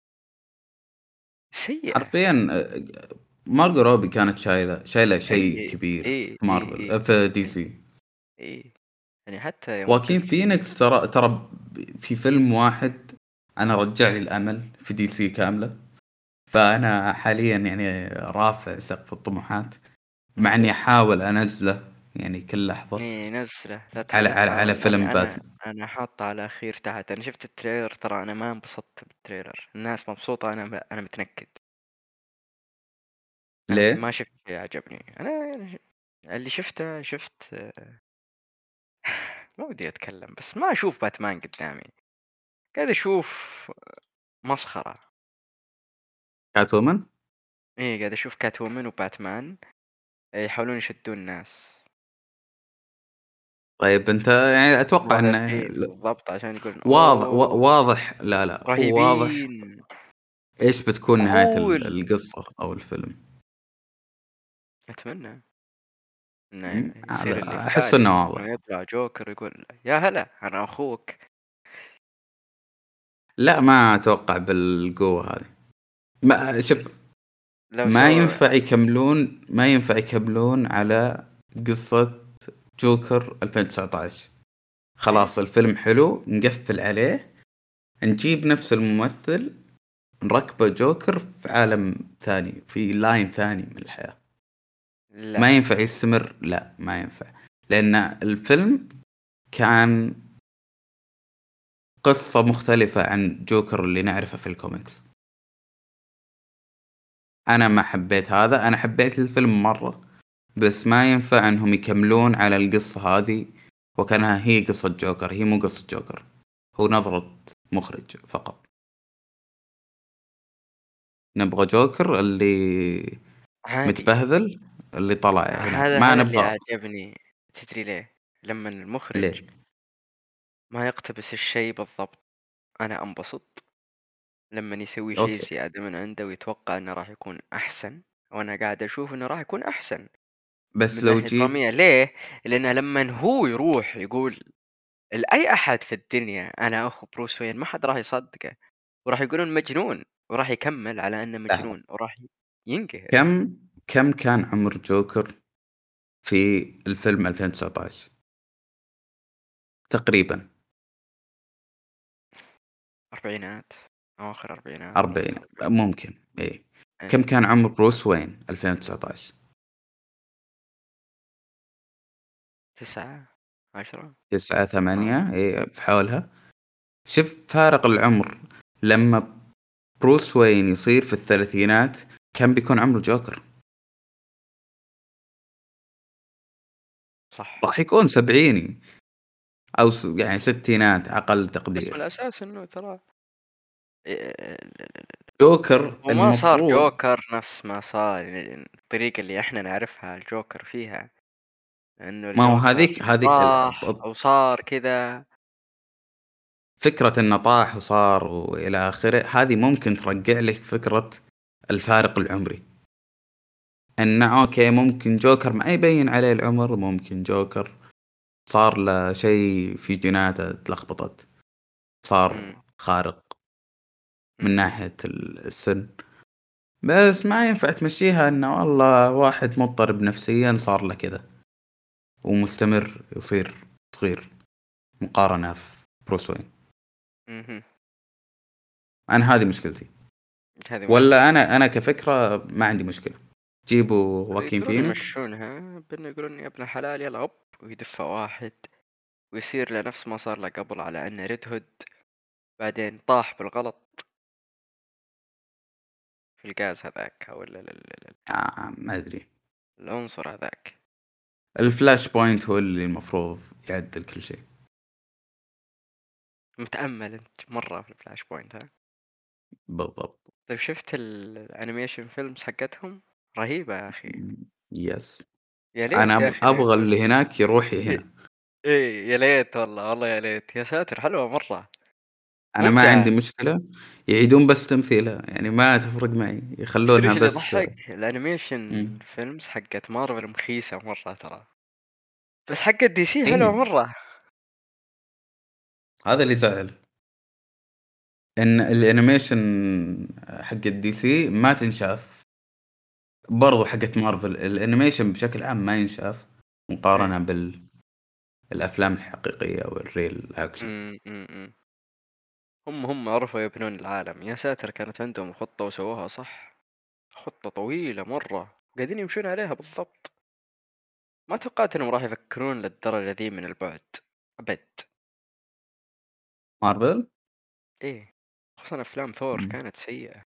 سيئة. حرفيا آه، مارغو روبي كانت شايلة شايلة اي شيء اي كبير اي في اي مارفل اي آه، في دي اي, سي. اي. يعني حتى يوم واكين قلت فينيكس ترى ترى في فيلم واحد انا رجع لي الامل في دي سي كاملة. فانا حاليا يعني رافع سقف الطموحات، مع اني احاول انزله يعني كل لحظة اي نزله لا على تحاول على على تحاول، فيلم انا انا باتمان. انا حاطه على خير تحت. انا شفت التريلر ترى انا ما انبسطت بالتريلر. الناس مبسوطة، انا انا متنكد. أنا ما ليه؟ شفت شيء عجبني. أنا يعني اللي شفته شفت ما ودي أتكلم بس ما أشوف باتمان قدامي. قاعد أشوف مسخرة. كات وومن. إيه قاعد أشوف كات وومن وباتمان يحاولون يشدون الناس طيب انت يعني اتوقع انه مراهقين بالضبط عشان يقولون واضح أوه واضح، لا لا هو واضح رهيبين ايش بتكون نهاية ال- كول. القصة او الفيلم. أتمنى إنه مم، يصير هذا اللي في احس بالي، انه إنه واضح. يطلع جوكر يقول يا هلا أنا أخوك. لا ما اتوقع بالقوة هذه. ما شوف، لو ما سوى ينفع يكملون ما ينفع يكملون على قصة جوكر ألفين وتسعة عشر. إيه خلاص الفيلم حلو نقفل عليه، نجيب نفس الممثل نركبه جوكر في عالم ثاني في لاين ثاني من الحياة. لا ما ينفع يستمر، لا ما ينفع، لأن الفيلم كان قصة مختلفة عن جوكر اللي نعرفه في الكوميكس. أنا ما حبيت هذا، أنا حبيت الفيلم مرة، بس ما ينفع انهم يكملون على القصة هذه وكانها هي قصة جوكر. هي مو قصة جوكر، هو نظرة مخرج فقط. نبغى جوكر اللي عادي. متبهذل اللي طلع هنا، هذا ما هذا اللي نبغى. أعجبني. تدري ليه؟ لما المخرج ليه؟ ما يقتبس الشيء بالضبط أنا أنبسط. لما يسوي شيء اوكي، زيادة من عنده ويتوقع إنه راح يكون أحسن، وأنا قاعد أشوف إنه راح يكون أحسن بس من لو ناحية درامية. جيت ليه؟ لأنه لما هو يروح يقول لأي أحد في الدنيا أنا أخو بروس وين، ما حد راح يصدقه وراح يقولون مجنون، وراح يكمل على أنه لحظة، مجنون وراح ينقهر. كم كم كان عمر جوكر في الفيلم ألفين وتسعة عشر تقريبا؟ أربعينات، أواخر أربعينات أربعين نص أربعينات. ممكن، ايه. كم إيه. كان عمر بروس وين ألفين وتسعة عشر؟ تسعة عشرة. تسعة آه. ثمانية ايه في حولها. شوف فارق العمر، لما بروس وين يصير في الثلاثينات كان بيكون عمره جوكر، صح. راح يكون سبعيني. أو س يعني ستينات أقل بس من تقدير. الأساس إنه ترى آآ جوكر هو ما صار المفروض جوكر نفس ما صار يعني الطريقة اللي إحنا نعرفها الجوكر فيها، إنه ما هو الجوكر هذيك هذي ال طاح ط أو صار كذا. فكرة إنه طاح وصار وإلى آخره، هذه ممكن ترجّع لك فكرة الفارق العمري، إنه أوكي ممكن جوكر ما يبين عليه العمر، ممكن جوكر صار له شيء في جيناته اتلخبطت، إمم، صار خارق من إمم، ناحية ال السِن، بس ما ينفع تمشّيها إنه والله واحد مضطرب نفسيًا صار له كذا، ومستمر يصير صغير مقارنة في بروس وين. اهم، أنا هذه مشكلتي. هذه والّا مشكلتك. أنا أنا كفكرة ما عندي مشكلة، جيبوا واكين يقدرون فينيكس. يمشّونها بإنه يقولون يا ابن الحلال يلا هوب ويدفّه واحد ويصير له نفس ما صار له قبل على إنه ريد هود، بعدين طاح بالغلط في الغاز هذاك أو ال ال ال ال آه، ما أدري. العنصر هذاك. الفلاش بوينت هو اللي المفروض يعدل كل شيء. متأمّل أنت مرّة في الفلاش بوينت ها؟ بالضبط. طيب شُفت الanimation films حقتهم؟ رهيبة يا أخي. إمم، يس. يا أنا ليت يا أب أخي أبغى اللي هناك يروح ي هنا. إيه يا ليت والله، والله يا ليت، يا ساتر حلوة مرّة، أنا ما ممتعة. عندي مشكلة يعيدون بس تمثيلها، يعني ما تفرق معي، تدري يخلونها إيش اللي بس. يضحّك؟ الanimation إمم. films حقت مارفل مخيسة مرّة ترى، بس حقت دي سي حلوة إيه، مرّة. هذا اللي يزعل، إن الأنيميشن حق الDC ما تنشاف. برضو حقت مارفل الأنيميشن بشكل عام ما ينشاف مقارنة إيه. بال الأفلام الحقيقية والreal action. إمم، إمم، إمم. هم هم عرفوا يبنون العالم، يا ساتر كانت عندهم خطة وسووها صح، خطة طويلة مرة قاعدين يمشون عليها بالضبط. ما توقعت انهم راح يفكرون للدرجة ذي من البعد أبد. مارفل؟ إيه، خصوصا أفلام ثور إمم. كانت سيئة،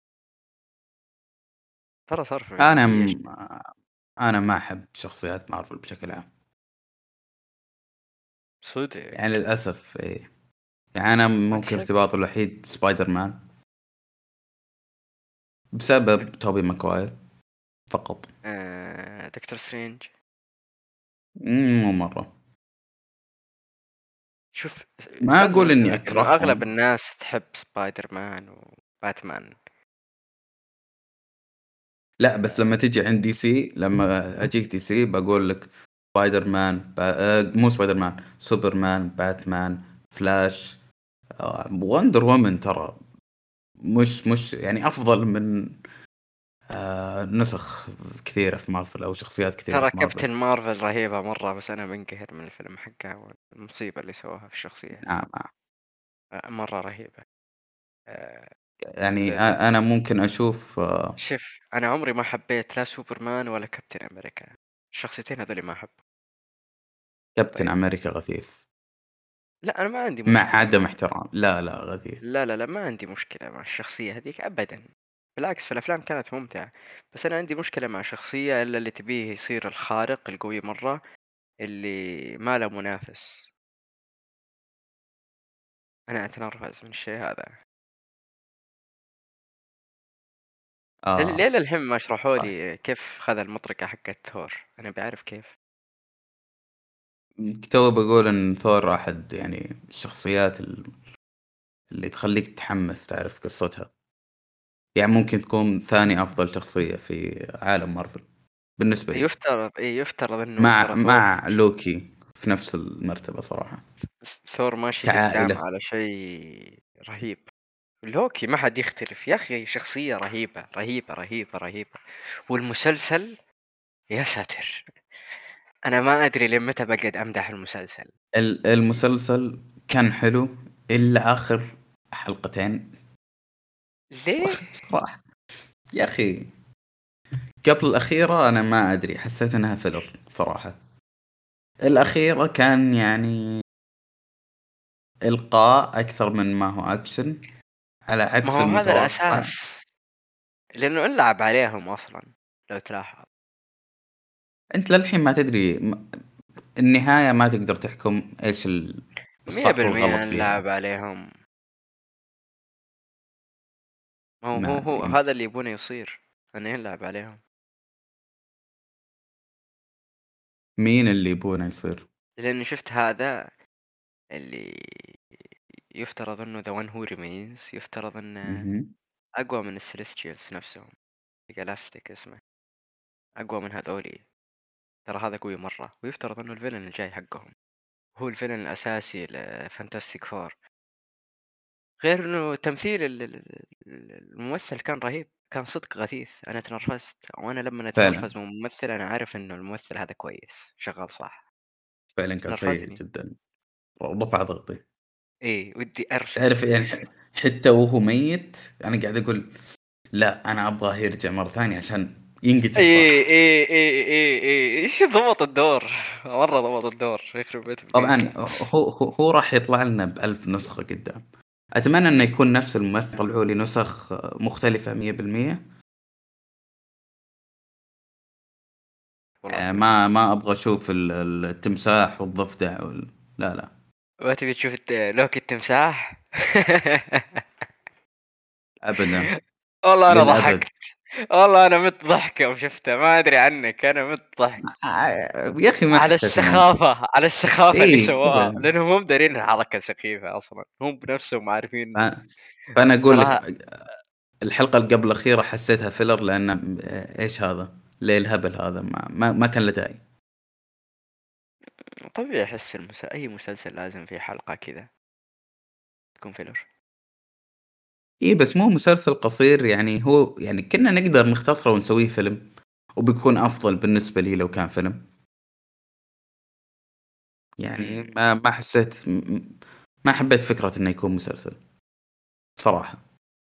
ترى صار في أنا في م أشياء. أنا ما أحب شخصيات مارفل بشكل عام، صدق. يعني للأسف إيه، يعني أنا ما ممكن تحب. ارتباطي الوحيد سبايدر مان بسبب توبي ماجواير فقط. آه... دكتور سترينج. إمم، مو مرة. شوف، ما لازم أقول إني انتبه انه اغلب أكرههم. الناس تحب سبايدر مان وباتمان. لأ، بس آه... لمّا تيجي عند دي سي لمّا أجيك دي سي باقول لك سبايدر مان ب آآ مو سبايدر مان، سوبرمان، باتمان، فلاش، آآ وندر وومن ترى مش مش يعني أفضل من آآ نسخ كثيرة في مارفل أو شخصيات كثيرة ترى في مارفل. كابتن مارفل رهيبة مرة، بس انا منقهر من الفيلم حقه والمصيبة اللي سووها في الشخصية. نعم، نعم. آه، مرة رهيبة. آه... يعني أ أنا ممكن أشوف آه، شوف أنا عمري ما حبيت لا سوبرمان ولا كابتن أمريكا، الشخصيتين هذولي ما أحبهم. كابتن طيب، أمريكا غثيث، لأ أنا ما عندي مع مشكلة عدم مع احترام، لا، لا غثيث. لا، لا، لا، ما عندي مشكلة مع الشخصية هذيك أبدًا، بالعكس في الأفلام كانت ممتعة، بس أنا عندي مشكلة مع شخصية إلا اللي تبيه يصير الخارق القوي مرة، اللي ما له منافس. أنا أتنرفز من الشيء هذا. ل ليه آه، للحين ما شرحوا صحيح. لي كيف خذ المطرقة حقة ثور؟ أنا أبي أعرف كيف. توي باقول إن ثور أحد يعني الشخصيات ال اللي تخلّيك تتحمس تعرف قصتها، يعني ممكن تكون ثاني أفضل شخصية في عالم مارفل بالنسبة لي، يفترض إيه، يفترض إنه مع ترى ثور مع لوكي في نفس المرتبة صراحة، ثور ماشي قدام كعائلة. على شيء رهيب. لوكي ما حد يختلف يا أخي، شخصية رهيبة رهيبة رهيبة رهيبة. والمسلسل يا ساتر، أنا ما أدري لين متى بقعد أمدح المسلسل. ال المسلسل كان حلو إلا آخر حلقتين. ليه؟ صراحة يا أخي قبل الأخيرة أنا ما أدري حسيت إنها filler صراحة. الأخيرة كان يعني إلقاء أكثر من ما هو أكشن، على ما عكس هو هذا المتوقع. الأساس، لأنه انلعب عليهم أصلا لو تلاحظ. أنت للحين ما تدري م النهاية ما تقدر تحكم إيش ال مية الصح والغلط بالمية فيها. نلعب عليهم. ما هو هو ما هو يم هذا اللي يبونه يصير، إنه ينلعب عليهم. مين اللي يبونه يصير؟ لإني شُفت هذا اللي يفترض إنه the one who remains، يفترض إنه اهم. أقوى من الcelestials نفسهم، scholastic اسمه، أقوى من هذولي، ترى هذا قوي مرة، ويفترض إنه الvillain الجاي حقهم هو الvillain الأساسي لFantastic Four. غير إنه تمثيل ال ال ال الممثل كان رهيب، كان صدق غثيث. أنا اتنرفزت، وأنا لمّا فعلًا، أتنرفز من ممثل أنا عارف إنه الممثل هذا كويس، شغال صح. فعلًا كان سيء نرفزني، جدًا، ورفع ضغطي. إيه ودي أرفس تعرف كذا. يعني ح حتى وهو ميت أنا قاعد أقول لأ، أنا أبغاه يرجع مرة ثانية عشان ينقتل إيه، صح. إيه، إيه، إيه، إيه، ضبط الدور، مرة ضبط الدور، يخرب بيت إبليس. طبعًا هو هو هو راح يطلع لنا بألف نسخة قدام. أتمنى إنه إمم، يكون نفس الممثل، يطلعوا لي نسخ مختلفة مية بالمية. والله آآ فكرة. ما ما أبغى أشوف ال ال التمساح والضفدع وال لا، لا، ما تبي تشوف الت لوكي التمساح؟ أبدًا، والله أنا للأبد. ضحكت، والله أنا مت ضحك يوم شفته، ما أدري عنك، أنا مت ضحك. آآ يا أخي ما على احتسموا. السخافة، على السخافة اللي إي سووها، كذا. لأنهم مو دارين الحركة سخيفة أصلًا، هم بنفسهم ف عارفين. فأنا أقول تراها لك الحلقة اللي قبل الأخيرة حسيتها filler لأن آآ إيش هذا؟ ليه الهبل هذا؟ ما ما ما كان له داعي. طبيعي أحس في المس أي مسلسل لازم فيه حلقة كذا تكون filler. إي بس مو مسلسل قصير، يعني هو يعني كنا نقدر نختصره ونسويه فيلم، وبيكون أفضل بالنسبة لي لو كان فيلم. يعني إمم، ما ما حسيت م م ما حبيت فكرة إنه يكون مسلسل صراحة.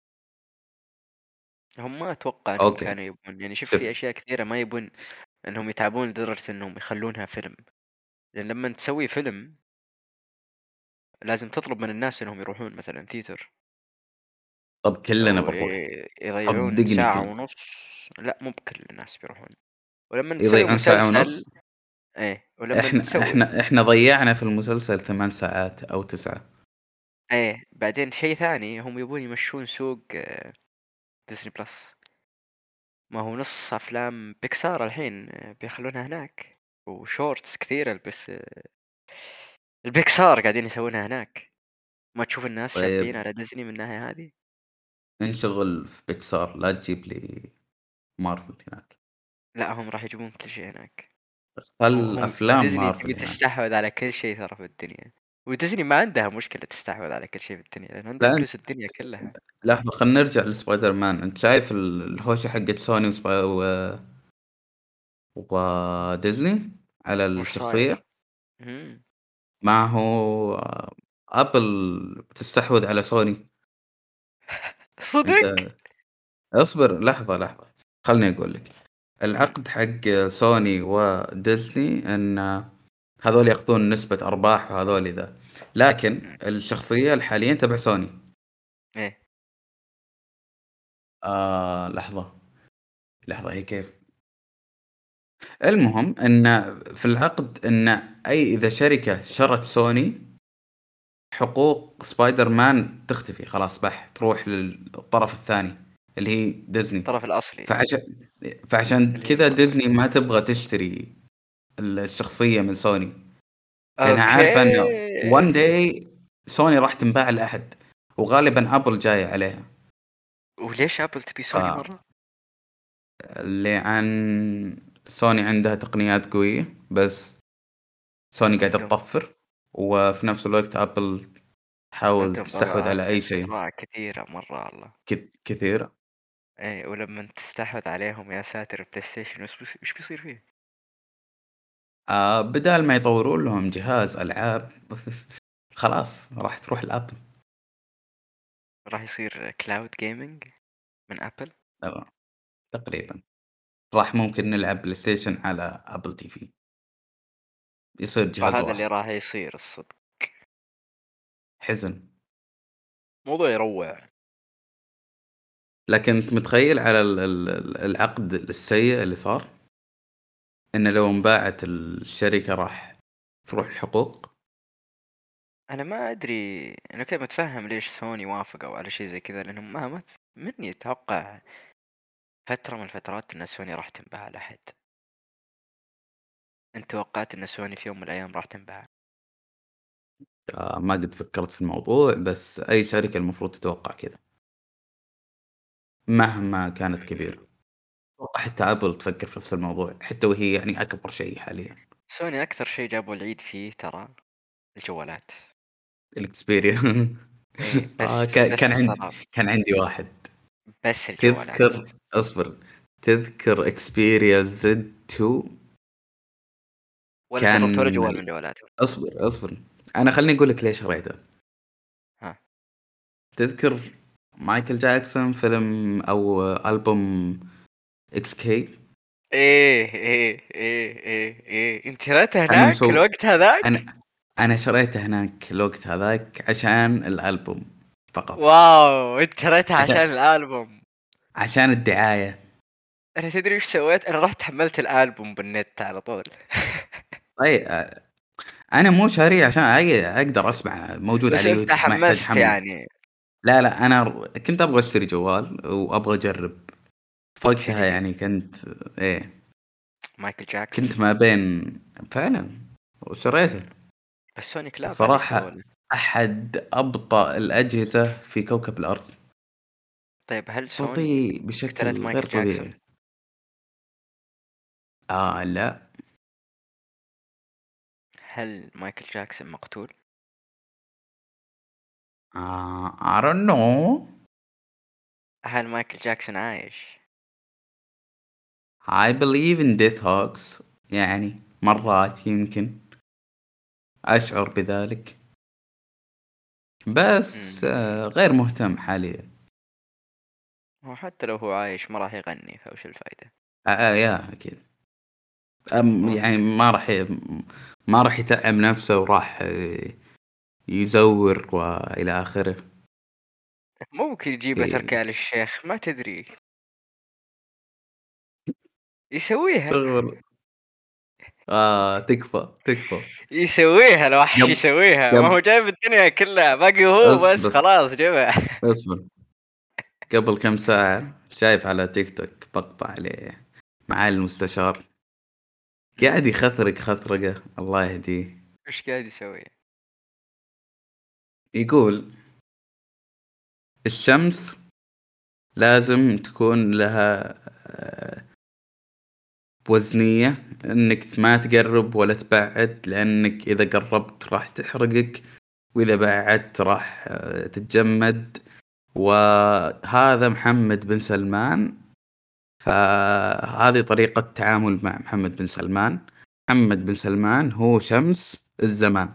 هم ما أتوقع إنهم أوكي، كانوا يبون، يعني شوف في شوف أشياء كثيرة ما يبون إنهم يتعبون لدرجة إنهم يخلونها فيلم، لأن لمن تسوي فيلم لازم تطلب من الناس إنهم يروحون مثلًا theatre طب كلنا أو بنروح، ي يضيعون صدقني ساعة كل ونص. لأ مو بكل الناس بيروحون، ولمن تسوي يضيعون ساعة مسلسل ونص. إيه، ولمن إحنا تسوي إحنا إحنا ضيّعنا في المسلسل ثمان ساعات أو تسعة. إيه، بعدين شيء ثاني هم يبون يمشّون سوق Disney Plus. ما هو نص أفلام Pixar الحين بيخلونها هناك، وshorts كثيرة بس الPixar قاعدين يسوونها هناك. ما تشوف الناس شادين طيب على Disney من الناحية هذه؟ انشغل في بيكسار، لا تجيب لي مارفل هناك. لأ هم راح يجيبون كل شيء هناك. خل وهم أفلام Disney تبي مارفل هناك. تستحوذ على كل شيء ترى في الدنيا، وDisney ما عندها مشكلة تستحوذ على كل شيء في الدنيا، لأن عندها لا أنت فلوس الدنيا كلها. لحظة خلّينا نرجع لسبايدر مان. أنت شايف ال الهوشة حقة سوني وسبا و وديزني على وش صاير؟ الشخصية؟ إمم، ما هو أبل بتستحوذ على سوني. صدق! أنت اصبر لحظة، لحظة، خلّني أقول لك. إمم، العقد حق سوني وديزني إن هذول ياخذون نسبة أرباح وهذول ذا، لكن إمم، الشخصية الحالية تبع سوني. إيه، آه لحظة، لحظة هي كيف؟ المهم إن في العقد إن أي إذا شركة شرت سوني، حقوق سبايدر مان تختفي خلاص بح تروح للطرف الثاني اللي هي ديزني. الطرف الأصلي فعشان فعشان اللي هي كذا مارفل. ديزني ما تبغى تشتري ال الشخصية من سوني، لأنها عارفة إنه one أوكي. day سوني راح تنباع لأحد، وغالبًا أبل جاية عليها. وليش Apple تبي ف سوني مرة؟ لأن سوني عندها تقنيات قوية، بس سوني قاعدة عندهم تطفّر، وفي نفس الوقت أبل تحاول عندهم تستحوذ على براءات أي شيء اختراع كثيرة مرة الله. كت كثير. إيه ولما تستحوذ عليهم يا ساتر البلاي ستيشن وش بيص- وش بيصير فيه؟ آآ بدال ما يطورون لهم جهاز ألعاب خلاص راح تروح لأبل. راح يصير كلاود جيمنج من ابل. آه، تقريبًا. راح ممكن نلعب بلاي ستيشن على أبل تي في، يصير جهاز فهذا اللي واحد. راح يصير الصدق. حزن. موضوع يروع. لكن أنت متخيل على ال ال ال العقد السيء اللي صار؟ إن لو انباعت الشركة راح تروح الحقوق. أنا ما أدري، أنا كنت متفهم ليش سوني وافقوا على شيء زي كذا، لأنهم ما ما مني أتوقع فترة من الفترات إن سوني راح تنباع لأحد. أنت توقعت إن سوني في يوم من الأيام راح تنباع؟ آه، ما قد فكرت في الموضوع، بس أي شركة المفروض تتوقع كذا مهما كانت كبيرة. أتوقع حتى أبل تفكر في نفس الموضوع، حتى وهي يعني أكبر شيء حاليا. سوني أكثر شيء جابوا العيد فيه ترى الجوالات. الإكسبيريا. إيه آه بس كان كان بس عندي ترى كان عندي واحد. بس الجوالات. تذكر أصبر تذكر إكسبيريا زد تو. ولا جربت ولا كان جوال ال... من جوالاتهم؟ أصبر أصبر أنا خليني أقول لك ليش شريته. ها. تذكر مايكل جاكسون فيلم أو ألبوم إكس كي؟ إيه إيه إيه إيه إيه أنت شريته أنا هناك مسوق الوقت هذاك؟ أنا أنا شريته هناك الوقت هذاك عشان الألبوم فقط. واو أنت شريته عشان عشان الألبوم. عشان الدعاية. أنا تدري وش سويت؟ أنا رحت حملت الألبوم بالنت على طول. أي آه، أنا مو شاريه عشان أي أقدر أسمع، موجود بس على أنت يوتيوب ما يحتاج حمست أحمل. يعني. لا لا أنا ر- كنت أبغى أشتري جوال وأبغى أجرب. في شيء وقتها جديد. يعني كنت إيه مايكل جاكسون. كنت ما بين فعلا وشريته. مم. بس سوني كلاب هذا ايش سووا وصراحة له؟ أحد أبطأ الأجهزة في كوكب الأرض. طيب هل سوني بطيء قتلت بشكل غير مايكل جاكسون؟ طبيعي. آه لا. هل مايكل جاكسون مقتول؟ آه I don't know. هل مايكل جاكسون عايش؟ I believe in death hoax. يعني مرات يمكن أشعر بذلك، بس مم. آه غير مهتم حاليا. هو حتى لو هو عايش ما راح يغني، فوش الفايدة؟ آه آه، يا أكيد. أم ما يعني ما راح ي... ما راح يتعب نفسه وراح آه، يزور وإلى آخره. ممكن يجيبه في تركي آل الشيخ، ما تدري. يسويها. شغل. آه تكفى تكفى. يسويها الوحش، قبل يسويها، ما هو قبل جايب الدنيا كلها، باقي هو اصبر بس خلاص جابها. اصبر قبل كم ساعة شايف على تيك توك مقطع عليه معالي المستشار مم. قاعد يخثرق خثرقة الله يهديه. وش قاعد يسوي؟ يقول الشمس لازم تكون لها آه، وزنية، انك ما تقرب ولا تبعد، لانك اذا قربت راح تحرقك، واذا بعدت راح آه، تتجمد. وهذا محمد بن سلمان، فهذه طريقة تعامل مع محمد بن سلمان. محمد بن سلمان هو شمس الزمان.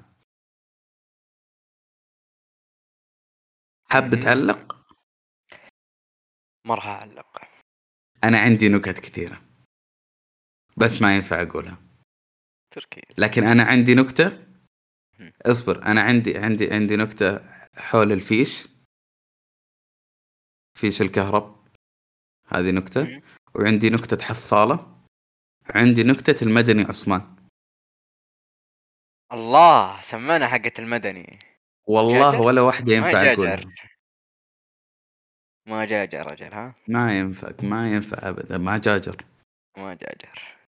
حاب مهم. تعلق؟ ما راح اعلق. أنا عندي نكت كثيرة بس ما ينفع أقولها. تركي. لكن أنا عندي نكتة. مهم. اصبر أنا عندي عندي عندي نكتة حول الفيش، فيش الكهرب. هذه نكتة. مهم. وعندي نكتة حصالة. عندي نكتة المدني عثمان. الله سمانا حقة المدني. والله جاجر. ولا واحدة ما ينفع جاجر. أقولها. ما جاجر رجل، ها. ما ينفع ما ينفع أبدا ما جاجر. ما جاجر.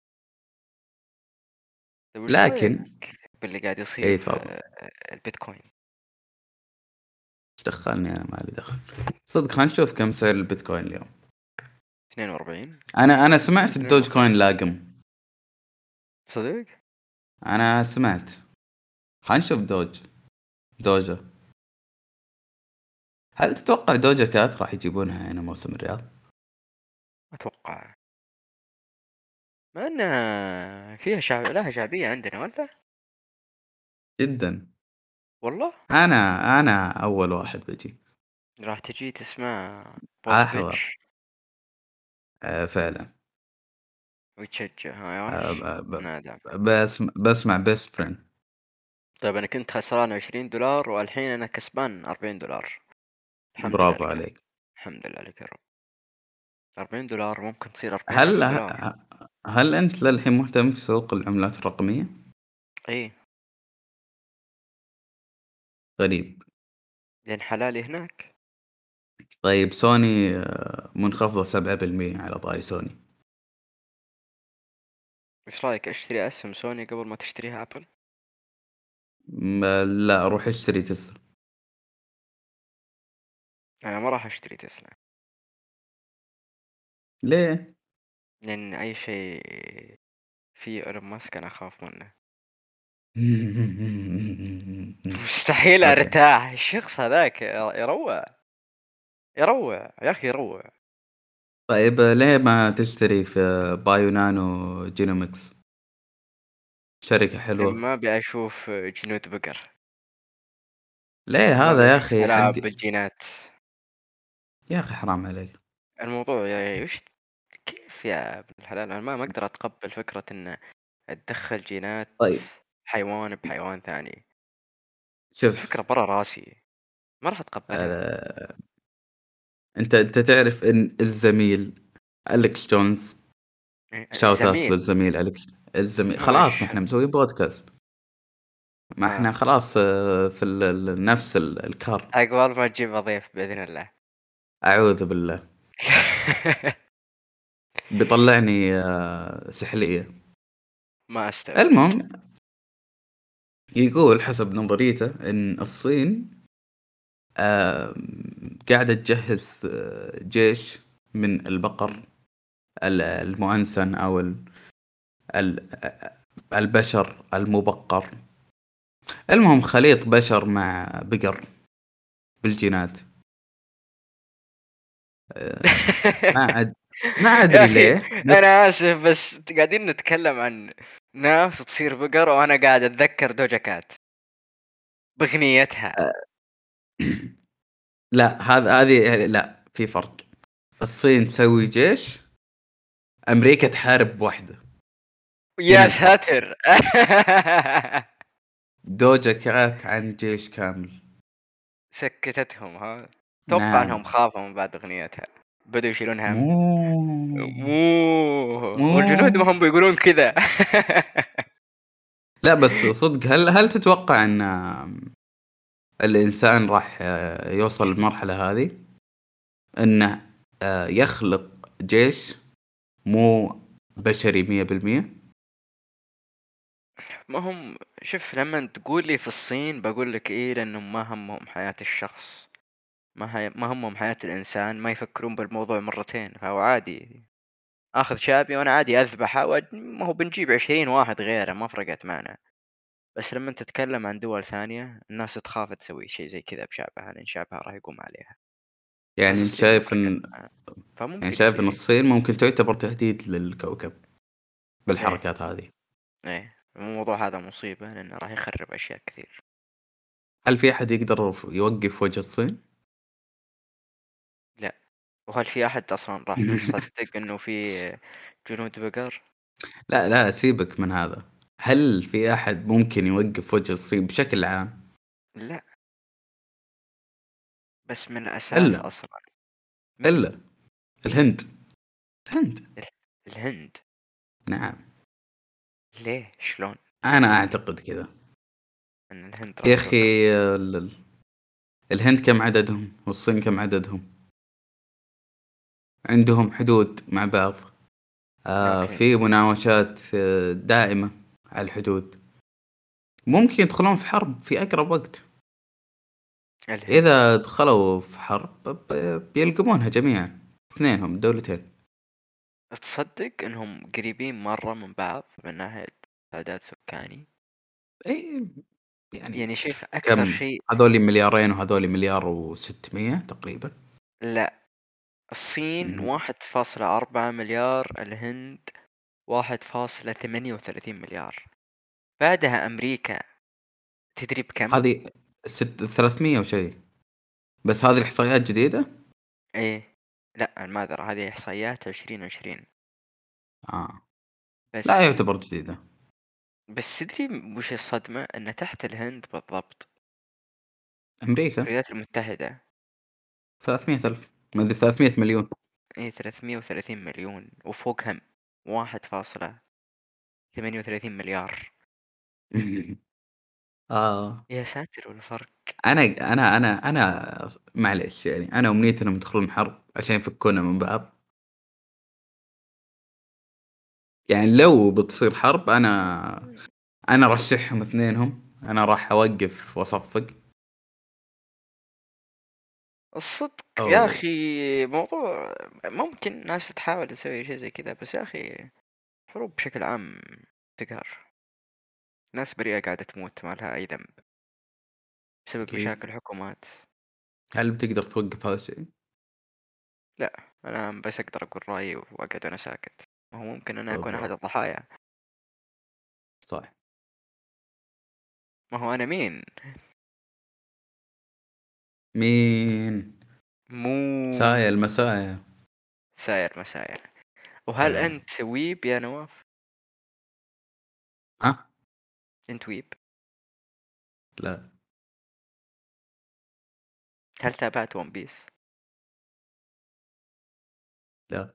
طيب وش رأيك لكن باللي قاعد يصير اي في تفضل. البيتكوين؟ ايش دخلني انا مالي دخل. صدق خلينا نشوف كم سعر البيتكوين اليوم. اثنين وأربعين. انا انا يقول سمعت الدوج اثنين وأربعين. كوين لاقم. صدق. انا سمعت. خلينا نشوف دوج. دوجة. هل تتوقع دوجة كات راح يجيبونها هنا موسم الرياض؟ اتوقع. ما انها فيها شعب، لها شعبية عندنا ولا؟ جدا. والله. انا انا اول واحد بجي. راح تجي تسمع بوس احضر. بيتش آه فعلا. وتشجع، ها يا آه وش. ب- ب- انا ادعمك. بس بسمع بيست فريند. طيب انا كنت خسران عشرين دولار والحين انا كسبان أربعين دولار. الحمد لله برافو لك. عليك. الحمد لله لك يا رب. أربعين دولار ممكن تصير أربعين هل ألف دولار. ه- هل انت للحين مهتم في سوق العملات الرقمية؟ اي. غريب. لأن حلالي هناك. طيب سوني آه، منخفضة سبعة بالمية على طاري سوني. إيش رأيك أشتري أسهم سوني قبل ما تشتريها أبل؟ ما لا، روح اشتري تسلا. أنا ما راح أشتري تسلا، ليه؟ لأن أي شيء فيه إيلون ماسك أنا أخاف منه. مستحيل اوكي. أرتاح، الشخص هذاك ير- يروع، يروع يا أخي يروع. طيب ليه ما تشتري في بايو نانو جينومكس؟ شركة حلوة. ما أبي أشوف جنود بقر، ليه ما أبي هذا يا أشوف أخي حق؟ تلاعب بالجينات. يا أخي حرام عليك. الموضوع يا وش، كيف يا ابن الحلال، أنا ما ما أقدر أتقبل فكرة إن تدخل جينات طيب حيوان بحيوان ثاني. شوف. الفكرة برا راسي، ما راح أتقبلها. آه، أنت أنت تعرف إن الزميل أليكس جونز، شاوت اوت الزميل للزميل أليكس. الزميل خلاص، ما وش احنا مسوي بودكاست. ما احنا آه خلاص آه، في ال- ال- نفس ال- الكار. عقبال ما تجيب ضيف بإذن الله. أعوذ بالله. بيطلعني آه، سحلية. ما أستبعد. المهم، يقول حسب نظريته إن الصين آه، قاعدة تجهز آه، جيش من البقر ال- المؤنسن أو ال- ال- البشر المبقر. المهم خليط بشر مع بقر بالجينات. آه، ما أد... ما يا أدري أخي ليه بس. أنا آسف بس قاعدين نتكلم عن ناس تصير بقر وأنا قاعد أتذكر دوجا كات بأغنيتها. آه، لا، هذا هذه لا، في فرق. الصين تسوي جيش، أمريكا تحارب بوحدة. هنا يا الفرق. ساتر. دوجا كات عن جيش كامل. سكتتهم ها. توقع نعم. انهم خافوا من بعد اغنيتها، بدوا يشيلون هم. مو مو والجنود مو ما هم بيقولون كذا. لا بس صدق، هل هل تتوقع ان الانسان راح آه، يوصل للمرحلة هذه، انه آه، يخلق جيش مو بشري مية بالمية؟ ما هم شوف لما تقول لي في الصين بقول لك ايه، لانهم ما همهم حياة الشخص، ما هي ما همهم حياة الانسان، ما يفكرون بالموضوع مرتين، فهو عادي اخذ شابي وانا عادي اذبحه وأد- ما هو بنجيب عشرين واحد غيره ما فرقت معنا. بس لما تتكلم عن دول ثانية الناس تخاف تسوي شيء زي كذا بشعبها لان شعبها راح يقوم عليها. بس يعني انت الصين ما شايف فرقت ان معاها، يعني فممكن شايف ان يصير. الصين ممكن تعتبر تهديد للكوكب ايه بالحركات هذه؟ ايه الموضوع هذا مصيبة لأنه راح يخرب أشياء كثير. هل في احد يقدر يوقف وجه الصين؟ لا، وهل في أحد أصلا راح تصدق إنه في جنود بقر؟ لا لا، سيبك من هذا. هل في أحد ممكن يوقف وجه الصين بشكل عام؟ لا، بس من الأساس إلا أصلا. مين؟ إلا مين؟ الهند. الهند. ال- الهند. نعم. ليه؟ شلون؟ أنا يعني أعتقد كذا. إن الهند يا راح توقف؟ أخي ال- ال- الهند كم عددهم والصين كم عددهم؟ عندهم حدود مع بعض. آه أوكي. في مناوشات آه دائمة على الحدود. ممكن يدخلون في حرب في أقرب وقت. الهند. إذا دخلوا في حرب ب- بيلقمونها جميعا، اثنينهم الدولتين. تصدق إنهم قريبين مرة من بعض من ناحية تعداد سكاني؟ أي يعني يعني شايف أكثر كم؟ شيء. هذول مليارين وهذول مليار وستمية تقريبا. لا، الصين مم. واحد فاصلة أربعة مليار، الهند واحد فاصلة ثمانية وثلاثين مليار، بعدها أمريكا. تدري بكم؟ هذه ست ثلاثمية وشيء. بس هذه الإحصائيات جديدة. إيه، لأ المعذرة هذه إحصائيات عشرين عشرين. آه. لا بس يعتبر جديدة. بس تدري وش الصدمة؟ إن تحت الهند بالضبط أمريكا الولايات المتحدة. ثلاثمية ألف، ما أدري ثلاثمية مليون. إيه ثلاثمية وثلاثين مليون وفوقهم واحد فاصلة ثمانية وثلاثين مليار. آه. يا ساتر والفرق! أنا أنا أنا أنا معليش يعني أنا أمنيتي إنهم يدخلون حرب عشان يفكونا من بعض. يعني لو بتصير حرب أنا أنا أرشحهم اثنينهم، أنا راح أوقف وأصفق. الصدق يا أو أخي موضوع ممكن ناس تحاول تسوي شيء زي كذا، بس يا أخي الحروب بشكل عام تقهر. ناس بريئة قاعدة تموت ما لها أي ذنب بسبب أكيد. مشاكل حكومات. هل بتقدر توقف هذا الشيء؟ لأ، أنا بس أقدر أقول رأيي وأقعد وأنا ساكت، ما هو ممكن أنا أكون أحد بالضبط. الضحايا. صح. ما هو أنا مين؟ مين؟ مو مسايا المسايا. ساير مساير. وهل إيه. أنت ويب يا نواف؟ ها؟ أنت ويب؟ لا. هل تابعت ون بيس؟ لا.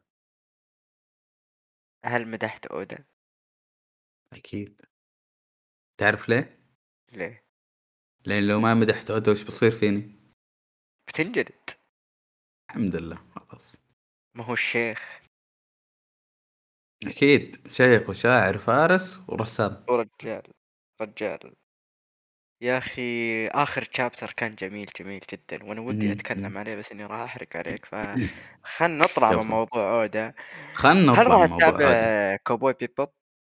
هل مدحت أودا؟ أكيد. تعرف ليه؟ ليه؟ لأن لو ما مدحت عود وش بيصير فيني؟ بتنجلد. الحمد لله خلاص. ما هو الشيخ. أكيد شيخ وشاعر فارس ورسام. ورجال، رجال. يا أخي آخر chapter كان جميل جميل جدا، وأنا ودي اهم، اهم. أتكلم عليه بس إني راح أحرق عليك، فخلنا نطلع من كفو. موضوع أودا. خلنا هل نطلع راح من تتابع موضوع عادة. كوبوي بيبوب؟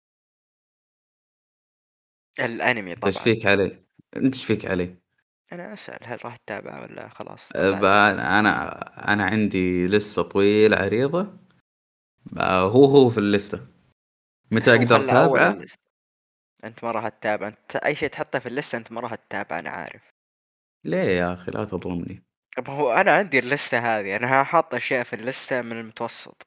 الأنمي أنت إيش طبعا. فيك عليه؟ أنت إيش فيك عليه؟ أنا أسأل هل راح تتابعه ولا خلاص أه، طلعت؟ بقى أنا أنا عندي لستة طويلة عريضة. بقى هو هو في اللستة. متى هو أقدر خلى أول أتابعه؟ الليست. أنت ما راح تتابع، أنت أي شيء تحطه في الليست أنت ما راح تتابع أنا عارف. ليه يا أخي لا تظلمني. طب هو أنا عندي الليستة هذه، أنا حاط أشياء في الليستة من المتوسط.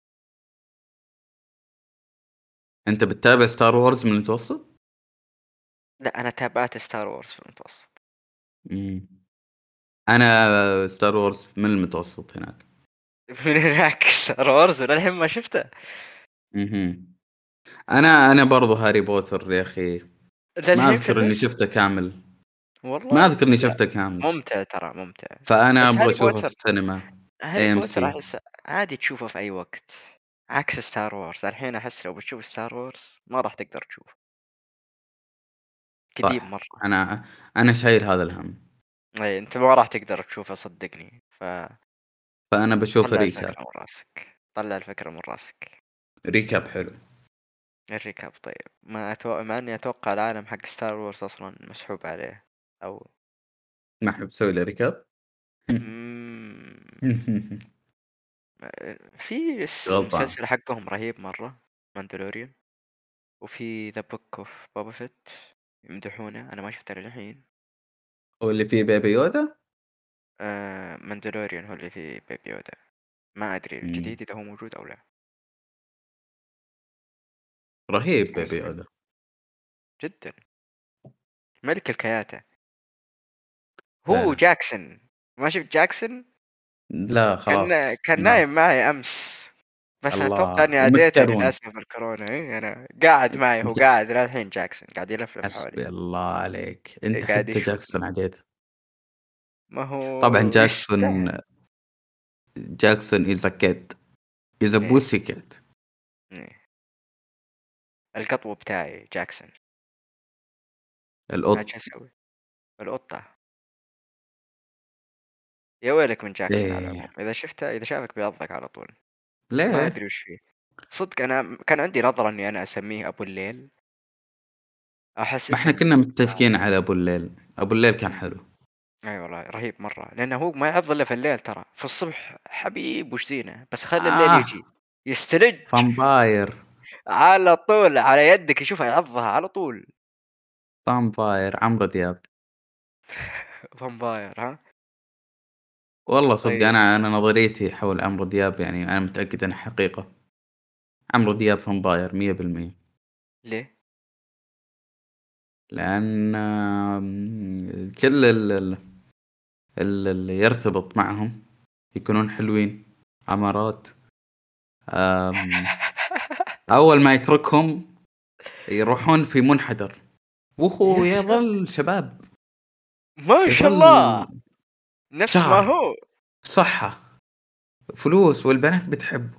أنت بتتابع ستار وورز من المتوسط؟ لا أنا تابعت ستار وورز في المتوسط. إمم. أنا ستار وورز من المتوسط هناك. من هناك ستار وورز وللحين ما شفته. اهم. أنا أنا برضه هاري بوتر يا أخي. ما للحين في أذكر إني الليست. شفته كامل. ما والله أذكر إني لا، شفته كامل. ممتع ترى ممتع. فأنا بس أبغى هاري أشوفه في بوتر، السينما. هاري بوتر إيه إم سي. أحس عادي تشوفه في أي وقت، عكس ستار وورز. الحين أحس لو بتشوف ستار وورز ما راح تقدر تشوفه، قديم صح. مرة. أنا أنا شايل هذا الهَم. أي أنت ما راح تقدر تشوفه صدقني، فطلع فأنا باشوفه الفكرة recap. من راسك، طلع الفكرة من راسك. recap حلو. الريكاب طيب، ما أتوقع مع إني أتوقع العالم حق ستار وورز أصلا مسحوب عليه، أو ما أحب أسوي له recap. مم... في الس- غلطان. المسلسل حقهم رهيب مرة، ماندلوريان. وفي ذا بوك اوف بوبا فيت يمدحونه، انا ما شفته للحين. هو اللي فيه بيبي يودا؟ آه ماندلوريان هو اللي فيه بيبي يودا. ما ادري إمم. الجديد اذا هو موجود او لا. رهيب انا بيبي سمعت يودا. جدا. ملك الكياتة. هو فعلًا. جاكسون. ما شفت جاكسون؟ لا كان خلاص كان ما نايم معي امس، بس اتوقع الله اني عديته ومتكرون. للاسف الكورونا. إيه انا قاعد معي، هو ج قاعد للحين جاكسون قاعد يلفلف حولي. حسبي الله عليك. أنت إيه قاعد حتى يشوفني. جاكسون عديته. ما طبعًا هو جاكسون. يستاهل. جاكسون is a cat. is a ايه pussy cat. ايه القطو بتاعي جاكسون. عاد شو القط. اسوي؟ القطة. يا ويلك من جاكسون على ليه؟ العموم، إذا شفته إذا شافك بيعضك على طول. ما ليه؟ أدري وش فيه. صدق أنا كان عندي نظرة إني أنا أسميه أبو الليل، أحس ما إحنا اسم كنا آه، متفقين على أبو الليل. أبو الليل كان حلو. أي والله رهيب مرة، لأنه هو ما يعض إلا في الليل ترى، في الصبح حبيب وش زينه، بس خلي الليل آه. يجي يستلج فامباير. على طول على يدك يشوفها يعضها على طول. فامباير عمرو دياب. فامباير ها. والله صدق طيب أنا أنا نظريتي حول عمرو دياب يعني أنا متأكد إنها حقيقة. عمرو دياب فامباير مية بالمية. ليه؟ لأن آمم، كل ال ال ال اللي يرتبط معهم يكونون حلوين. أمارات. آمم، أول ما يتركهم يروحون في منحدر، وهو يا ساتر. يظل شباب. ما شاء يظل الله! نفس ما شهر، هو. صحة، فلوس والبنات بتحبه،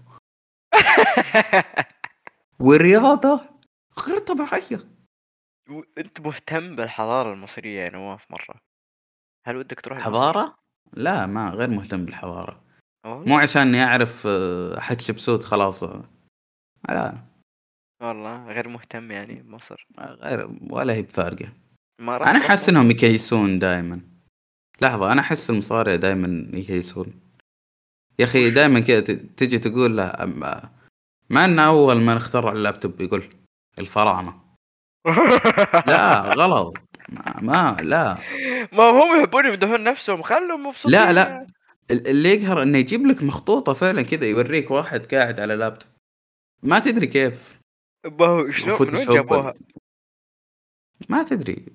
ورياضة غير طبيعية. وأنت مهتم بالحضارة المصرية يا نواف مرة، هل ودك تروح لمصر؟ حضارة؟ لا، ما غير مهتم بالحضارة، مو والله؟ عشان إني أعرف آآ حتشبسوت خلاص آه، لا، والله غير مهتم يعني بمصر، غير ولا هي بفارقة. ما أنا رحت رحت حاسس مصر؟ إنهم يكيسون دايمًا. لحظة، أنا أحس المصارية دايمًا يكيسون. يا أخي وش؟ دايمًا كذا ت تيجي تقول له أم مع إن أول من اخترع اللابتوب يقول الفراعنة. لا غلط، ما ما لا، ما هم يحبون يمدحون نفسهم، خلّهم لا، مبسوطين لأ، يا. ال اللي يقهر إنه يجيب لك مخطوطة فعلًا كذا يوريك واحد قاعد على لابتوب، ما تدري كيف، ما هو شلون من وين فوتوشوب جابوها؟ والّا ما تدري،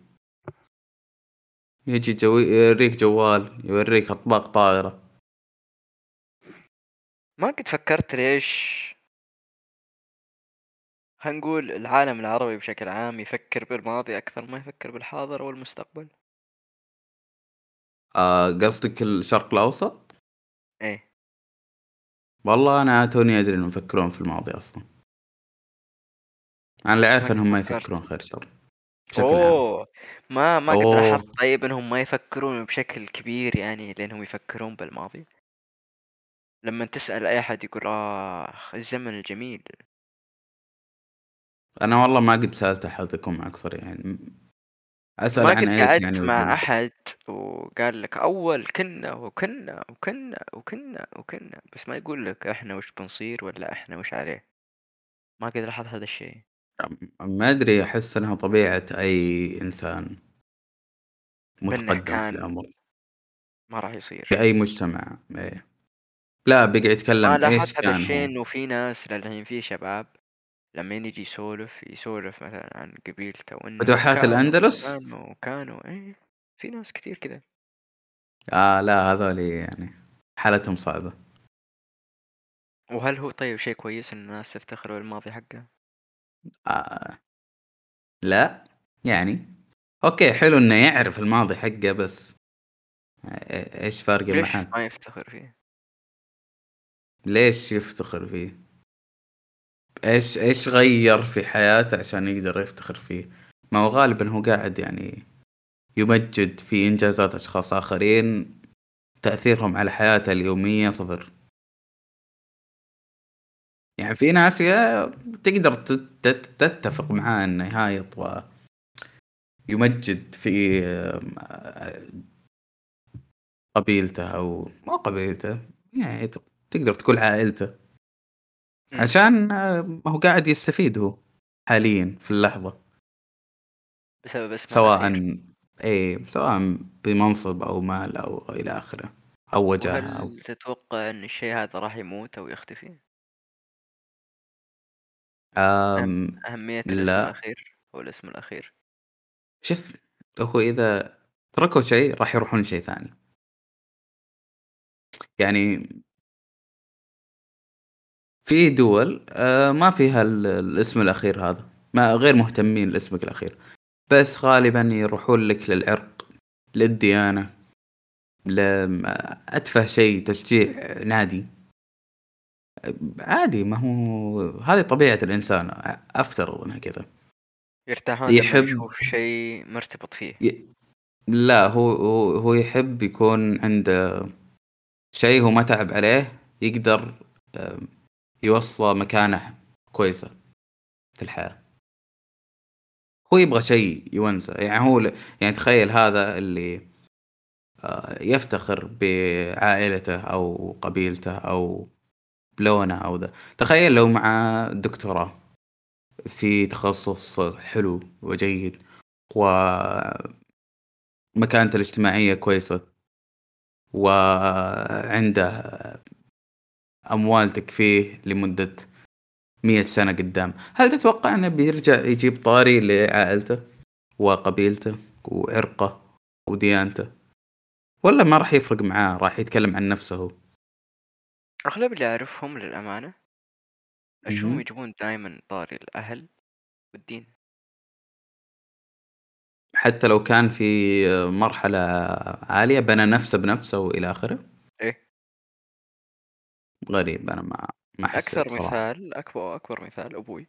يجي جو يوريك جوال، يوريك أطباق طائرة. ما قد فكرت ليش، خلينا نقول العالم العربي بشكل عام يفكر بالماضي أكثر ما يفكر بالحاضر والمستقبل؟ آآ قصدك الشرق الأوسط؟ إيه. والله أنا توني أدري إنهم يفكرون في الماضي أصلًا. أنا اللي ما أعرفه قد إنهم ما فكرت. يفكرون خير شر بشكل عام. أوه! ما ما قد أوه! لاحظت طيب إنهم ما يفكرون بشكل كبير يعني لأنهم يفكرون بالماضي؟ لمّا تسأل أي أحد يقول آخ الزمن الجميل. أنا والله ما قد سألت أحد أكون أكثر يعني م أسأل ما عن قد إيش يعني قعدت ويقول مع لي أحد وقال لك أول كنا وكنا وكنا وكنا وكنا، بس ما يقول لك إحنا وش بنصير والّا إحنا وش عليه، ما قد لاحظت هذا الشيء. م ما أدري أحس إنها طبيعة أي إنسان بأنه متقدم في كان العمر، ما راح في يصير. أي مجتمع إيه، لا بيقعد ما يتكلم لاحظت إيش هذا كان الشيء هو، إنه في ناس للحين في شباب لمّن يجي يسولف، يسولف مثلًا عن قبيلته وإنه فتوحات كانوا الأندلس؟ وكانوا وكانوا إيه، في ناس كتير كذا. آه لا هذولي يعني حالتهم صعبة. وهل هو طيب شيء كويس إن الناس تفتخر بالماضي حقها؟ آه لا، يعني أوكي حلو إنه يعرف الماضي حقه بس إ إيش فارقة وليش معاه؟ ما يفتخر فيه؟ ليش يفتخر فيه؟ إيش إيش غيّر في حياته عشان يقدر يفتخر فيه؟ ما هو غالبًا هو قاعد يعني يمجّد في إنجازات أشخاص آخرين تأثيرهم على حياته اليومية صفر. يعني في ناس يا تقدر ت تت تتفق معاه إنه يهايط ويمجّد في آمم قبيلته أو مو قبيلته، يعني ت تقدر تقول عائلته، إمم. عشان آه، ما هو قاعد يستفيد هو حاليًا في اللحظة. بسبب اسمه الأخير. سواء إيه، سواء بمنصب أو مال أو إلى آخره، أو وجاهة أو وهل تتوقع إن الشيء هذا راح يموت أو يختفي؟ أهم آمم، أهمية الاسم لأ، الأخير أو الاسم الأخير. شوف هو إذا تركوا شيء راح يروحون لشيء ثاني، يعني في دول آآ، ما فيها ال الاسم الأخير هذا، ما غير مهتمين لاسمك الأخير، بس غالبًا يروحون لك للعرق، للديانة، لم أتفه شيء تشجيع نادي، عادي ما هو هذه طبيعة الإنسان أ أفترض إنها كذا، يرتاحون لمّن يحب يشوف شيء مرتبط فيه. ي لا هو هو هو يحب يكون عنده شيء هو ما تعب عليه يقدر آمم، يوصّله مكانة كويسة في الحياة، هو يبغى شيء يونسه، يعني هو ل يعني تخيل هذا اللي آآ، يفتخر بعائلته أو قبيلته أو بلونه أو ذا، تخيل لو معاه دكتوراه في تخصص حلو وجيد ومكانته الاجتماعية كويسة وعنده أموال تكفيه لمدة مئة سنة قدام، هل تتوقع إنه بيرجع يجيب طاري لعائلته وقبيلته وعرقه وديانته، والّا ما راح يفرق معاه راح يتكلم عن نفسه هو؟ أغلب اللي أعرفهم للأمانة أشوفهم اهم. يجيبون دايمًا طاري الأهل والدين. حتى لو كان في مرحلة عالية بنى نفسه بنفسه وإلى آخره؟ إيه. غريب أنا ما ما حسيت أكثر صراحة. مثال أكبر أكبر مثال أبوي.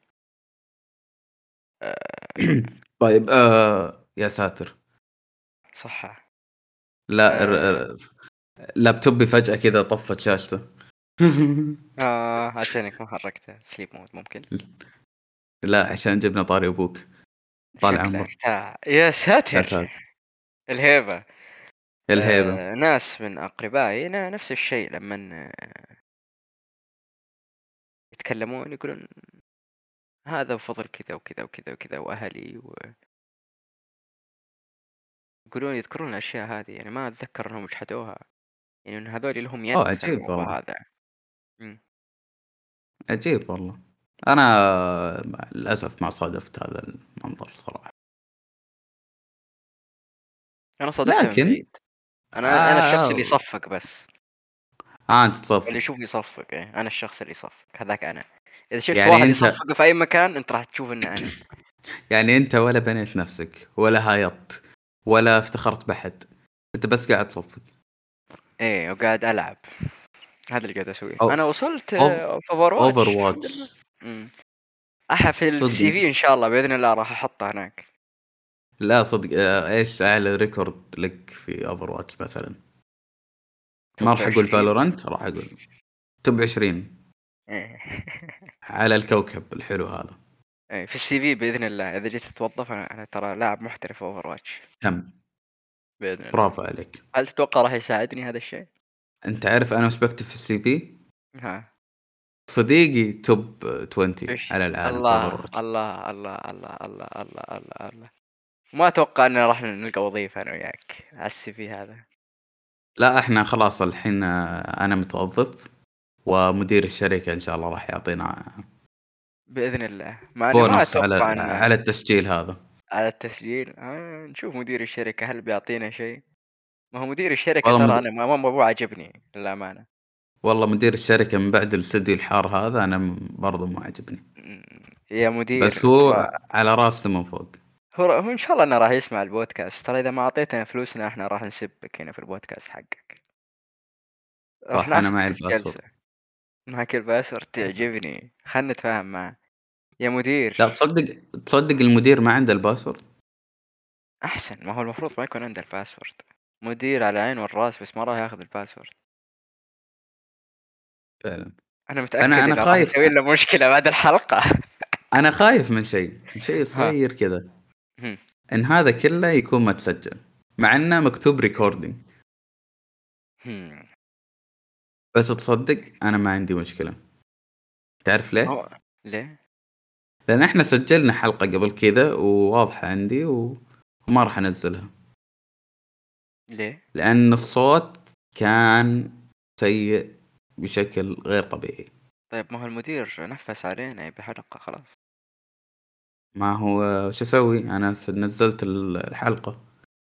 آآ طيب آآ يا ساتر! صحّة. لأ ر آآ ر لابتوبي فجأة كذا طفت شاشته. آه عشانك ما حرّكته sleep mode ممكن. لأ عشان جبنا طاري أبوك، طال شكلك عمره. تاع يا يا ساتر! ساتر! الهيبة. الهيبة. آآ ناس من أقربائي ن نفس الشيء لمّن يتكلمون يقولون هذا بفضل كذا وكذا وكذا وكذا وأهلي و يقولون يذكرون الأشياء هذه، يعني ما أتذكر إنهم جحدوها، يعني إن هذول لهم أوه يد في عجيب الموضوع والله، هذا. إمم. عجيب والله. أنا مع للأسف ما صادفت هذا المنظر صراحة. أنا صادفته من لكن بعيد. أنا أنا الشخص اللي آه، يصفّق بس، آه أنت اللي تصفق. يشوف يصفّق إيه، أنا الشخص اللي يصفّق، هذاك أنا. إذا شُفت يعني واحد أنت يصفّق في أي مكان أنت راح تشوف إنه أنا. يعني أنت ولا بنيت نفسك ولا هايطت ولا افتخرت بأحد، أنت بس قاعد تصفق. إيه وقاعد ألعب، هذا اللي قاعد أسويه. أو أنا وصلت أوف في Overwatch الحمد Overwatch. لله. إمم. أح في صدق الCV إن شاء الله بإذن الله راح أحطه هناك. لا صدق آآ إيش أعلى ريكورد لك في Overwatch مثلًا؟ ما توب راح أقول عشرين. Valorant راح أقول توب عشرين إيه. على الكوكب الحلو هذا. إيه في الCV بإذن الله إذا جيت تتوظف أنا أنا ترى لاعب محترف في Overwatch تم. بإذن الله. برافو عليك. هل تتوقع راح يساعدني هذا الشيء؟ أنت عارف أنا وش باكتب في الCV؟ ها. صديقي توب عشرين إيش؟ على العالم في الله، Overwatch. الله، الله، الله، الله، الله، الله، الله. ما أتوقع إن راح نلقى وظيفة أنا وياك على الCV هذا. لأ إحنا خلاص الحين آه، أنا متوظف، ومدير الشركة إن شاء الله راح يعطينا بإذن الله، مع إني ما بونص على أتوقع على إنه التسجيل هذا. على التسجيل. آه نشوف مدير الشركة هل بيعطينا شيء؟ ما هو مدير الشركة والله ترى مد أنا ما ما مو عاجبني للأمانة. والله مدير الشركة من بعد الاستديو الحار هذا أنا م برضه مو عاجبني، إمم، يا مدير بس هو ترى على راسنا من فوق. هو ر هو إن شاء الله إنه راح يسمع البودكاست، ترى إذا ما أعطيتنا فلوسنا إحنا راح نسبك هنا في البودكاست حقك، راح صح أنا معي ناخذك في جلسة. الباسورد. معك الباسورد تعجبني، خلنا نتفاهم معاه. يا مدير لأ تصدق تصدق المدير ما عنده الباسورد؟ أحسن، ما هو المفروض ما يكون عنده الباسورد. مدير على العين والراس بس ما راح ياخذ الباسورد. فعلًا. أنا أنا متأكد أنا إنه راح خايف يسوي أ لنا مشكلة بعد الحلقة. أنا خايف من شيء، من شيء ها. صغير كذا، اهم. إن هذا كله يكون متسجل، مع إنه مكتوب recording. همم. بس تصدق أنا ما عندي مشكلة، تعرف ليه؟ هو ليه؟ لأن إحنا سجلنا حلقة قبل كذا وواضحة عندي و وما راح أنزّلها، ليه؟ لأن الصوت كان سيء بشكل غير طبيعي. طيب ما هو المدير نفّس علينا يبي حلقة خلاص. ما هو شو أسوي؟ أنا س نزّلت ال الحلقة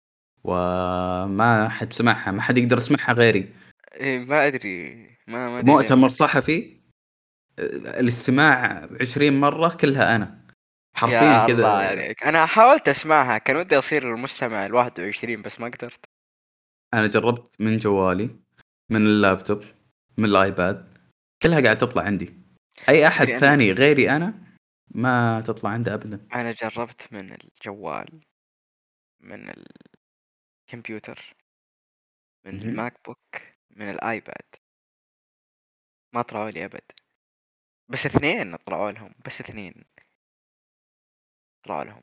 وما حد سمعها، ما حد يقدر يسمعها غيري. إيه ما أدري، ما ما أدري ليه مؤتمر المشكلة. صحفي آآ الاستماع عشرين مرة كلها أنا، حرفيًا يا الله كذا. عليك، أنا حاولت أسمعها كان ودي أصير المستمع الواحد وعشرين بس ما قدرت. أنا جرّبت من جوالي، من اللابتوب، من الآيباد، كلها قاعدة تطلع عندي. أي أحد تدري أنا ثاني غيري أنا ما تطلع عنده أبدًا. أنا جربت من الجوال، من الكمبيوتر، من اهم. الماك بوك، من الآيباد، ما طلعوا لي أبد. بس اثنين طلعوا لهم، بس اثنين طلعوا لهم.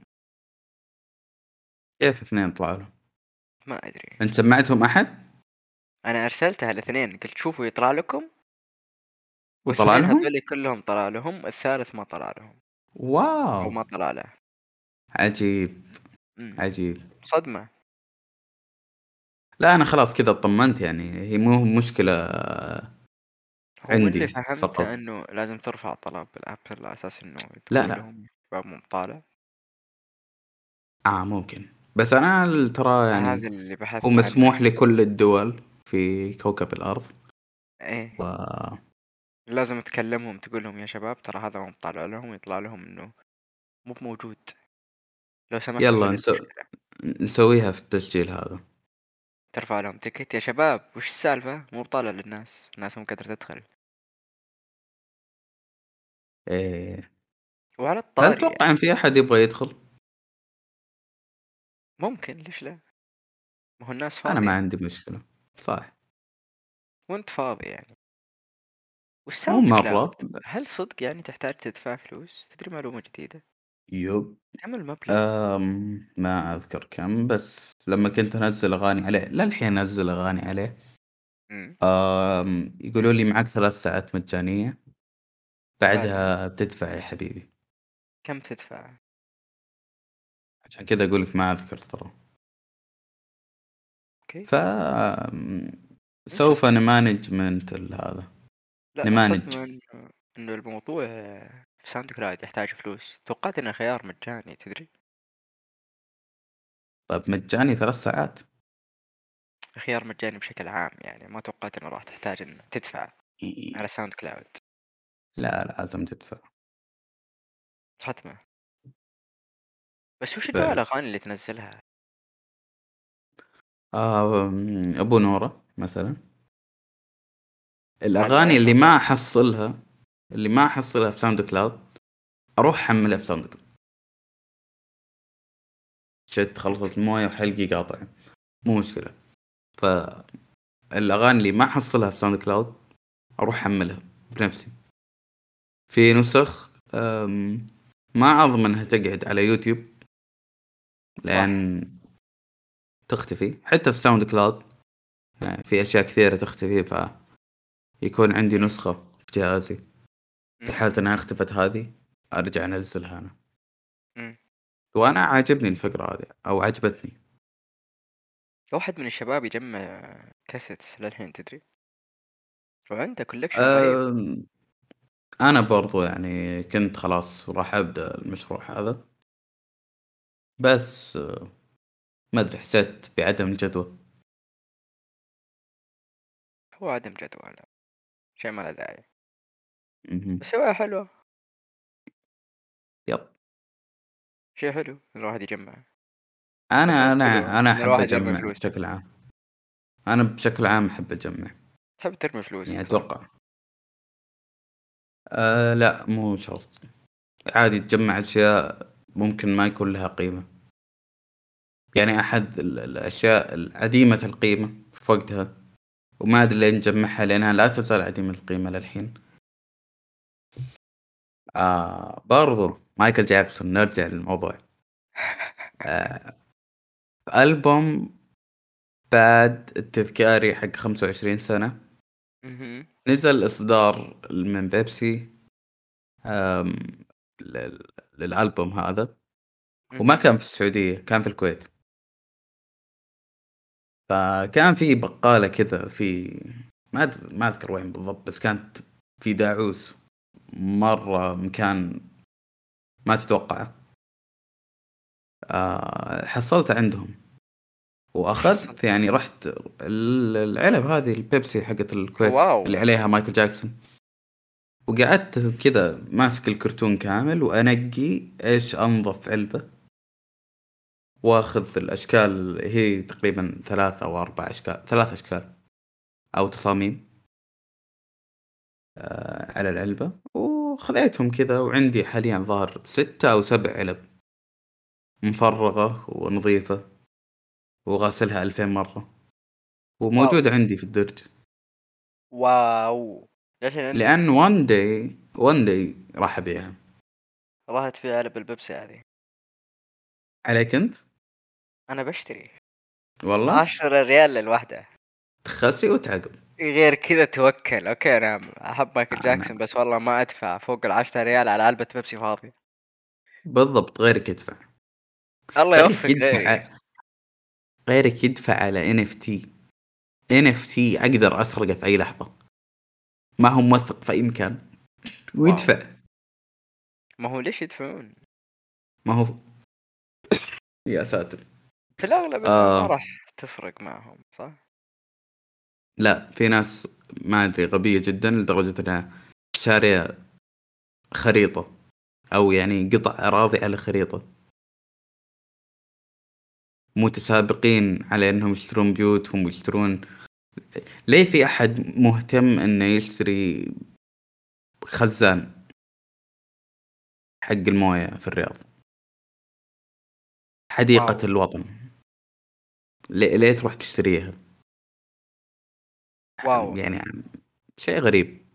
كيف اثنين طلعوا لهم؟ ما أدري. أنت سمّعتهم أحد أنا أرسلتها الاثنين قلت شوفوا يطلع لكم، وطلع والثنين لهم؟ هذولي كلهم طلع لهم، الثالث ما طلع لهم واو! أو ما طلع له. عجيب، إمم. عجيب. صدمة. لا أنا خلاص كذا اتطمنت يعني هي مو مشكلة هو من اللي عندي فهمته فقط. إنه لازم ترفع طلب بالأب على أساس إنه لا، تقول لأ، لهم باب مو طالع. آه ممكن. بس أنا ال ترى يعني هذا اللي هو بحثت عنه مسموح يعني. لكل الدول في كوكب الأرض إيه. و لازم تكلمهم تقول لهم يا شباب ترى هذا مو طالع لهم، ويطلع لهم إنه مو بموجود، لو سمحتوا يالّا حلوا نس المشكلة. نسويها في التسجيل هذا. ترفع لهم تيكت يا شباب، وش السالفة؟ مو بطالع للناس، الناس مو قادرة تدخل. إيه. وعلى هل الطاري تتوقع ان في احد يبغى يدخل؟ ممكن، ليش لا؟ ما هو الناس انا ما فاضية عندي مشكلة. صح. وانت فاضي يعني. مو والساوند مرة. كلاود، هل صدق يعني تحتاج تدفع فلوس؟ تدري معلومة جديدة؟ يب. كم المبلغ؟ أم ما اذكر كم، بس لما كنت انزل اغاني عليه، للحين انزل اغاني عليه. امم أم يقولوا لي معك ثلاث ساعات مجانية، بعدها بعدها بتدفع يا حبيبي. كم تدفع؟ عشان كذا اقول لك ما اذكر ترى. اوكي. ف أم، سوف انترستنج. نمانجمنت هذا. لا نمانج. صدمة انه انه الموضوع آه، في ساوند كلاود يحتاج فلوس. توقعت انه خيار مجاني، تدري؟ طيب مجاني ثلاث ساعات. خيار مجاني بشكل عام يعني، ما توقعت انه راح تحتاج انه تدفع على إيه. ساوند كلاود. لا لازم تدفع. صدمة. بس وش النوع فعلا. الاغاني اللي تنزلها؟ آه، أم، ابو نورة مثلا. مع الاغاني الوقت اللي ما ولا؟ احصلها، اللي ما احصلها في ساوند كلاود، اروح احملها في ساوند كلاود. شت خلصت المويه وحلقي قاطع، مو مشكله. فالاغاني اللي ما احصلها في ساوند كلاود اروح احملها بنفسي في نسخ. أم، ما اضمن انها تقعد على يوتيوب صح. لان تختفي حتى في ساوند كلاود. يعني في اشياء كثيره تختفي، فيكون عندي مم. نسخه في جهازي. في مم. حالة انها اختفت هذه، ارجع انزلها انا. مم. وانا عاجبني الفكرة هذه او عجبتني. واحد من الشباب يجمع كاسيتس للحين، تدري؟ وعنده كولكشن رهيب. أم، انا برضو يعني كنت خلاص راح ابدا المشروع هذا، بس أه، ما ادري حسيت بعدم الجدوى. هو عدم جدوى، لا شيء ما له داعي. مهم. بس هواية حلوة. يب. شيء حلو إن الواحد يجمع. بس مو انا حلو انا انا إن احب الواحد يرمي اجمع فلوسه. بشكل عام. انا بشكل عام احب اجمع. تحب ترمي يعني فلوسك، صح؟ اتوقع. أه لا مو شرط. عادي تجمع اشياء ممكن ما يكون لها قيمة. يعني احد ال- الاشياء العديمة القيمة في وقتها، وما ادري لين نجمعها لانها لا تزال عديمة القيمة للحين. آه برضو مايكل جاكسون، نرجع للموضوع. آه ألبوم باد التذكاري حق خمسة وعشرين سنة، اهم. نزل إصدار من بيبسي آم لل- للألبوم هذا. وما اهم. كان في السعودية، كان في الكويت. فكان في بقالة كذا في، ما أذ- ما أذكر وين بالضبط، بس كانت في داعوس مرة مكان ما تتوقعه. آه حصلته عندهم، وش حصلت؟ واخذت يعني رحت ال- العلب هذه البيبسي حقت الكويت واو! اللي عليها مايكل جاكسون. وقعدت كذا ماسك الكرتون كامل وانقي ايش انظف علبة، واخذ الاشكال، هي تقريبا ثلاث او اربع اشكال، ثلاث اشكال او تصاميم آه، على العلبة، وخذيتهم كذا. وعندي حاليا ظهر ستة او سبع علب مفرغة ونظيفة، وغاسلها ألفين مرة، واو! وموجودة عندي في الدرج. واو! للحين عندك؟ لأن one day one day راح أبيعها. راحت في علب البيبسي هذه. عليك أنت؟ أنا باشتري والله عشرة ريال للوحدة. تخسي وتعقب. غير كذا توكل. أوكي أنا أحب مايكل جاكسون، أنا بس والله ما أدفع فوق العشرة ريال على علبة بيبسي فاضية. بالضبط. غيرك يدفع. الله غيرك يوفق يدفع غيري. ع- غيرك يدفع على إن إف تي. إن إف تي أقدر أسرقه في أي لحظة، ما هو موثق في أي مكان، واو! ويدفع. ما هو ليش يدفعون؟ ما هو. يا ساتر. في الأغلب إنه ما آه راح تفرق معهم، صح؟ لا، في ناس ما أدري غبية جدا لدرجة أنها شارية خريطة، أو يعني قطع أراضي على خريطة. متسابقين على إنهم يشترون بيوتهم ويشترون. ليه في أحد مهتم إنه يشتري خزان حق الموية في الرياض؟ حديقة واو الوطن، ليه, ليه تروح تشتريها؟ واو يعني شيء غريب.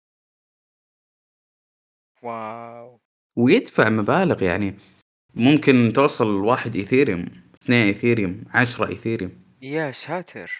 واو ويدفع مبالغ، يعني ممكن توصل واحد إيثيريوم، اثنين إيثيريوم، عشرة إيثيريوم. يا ساتر.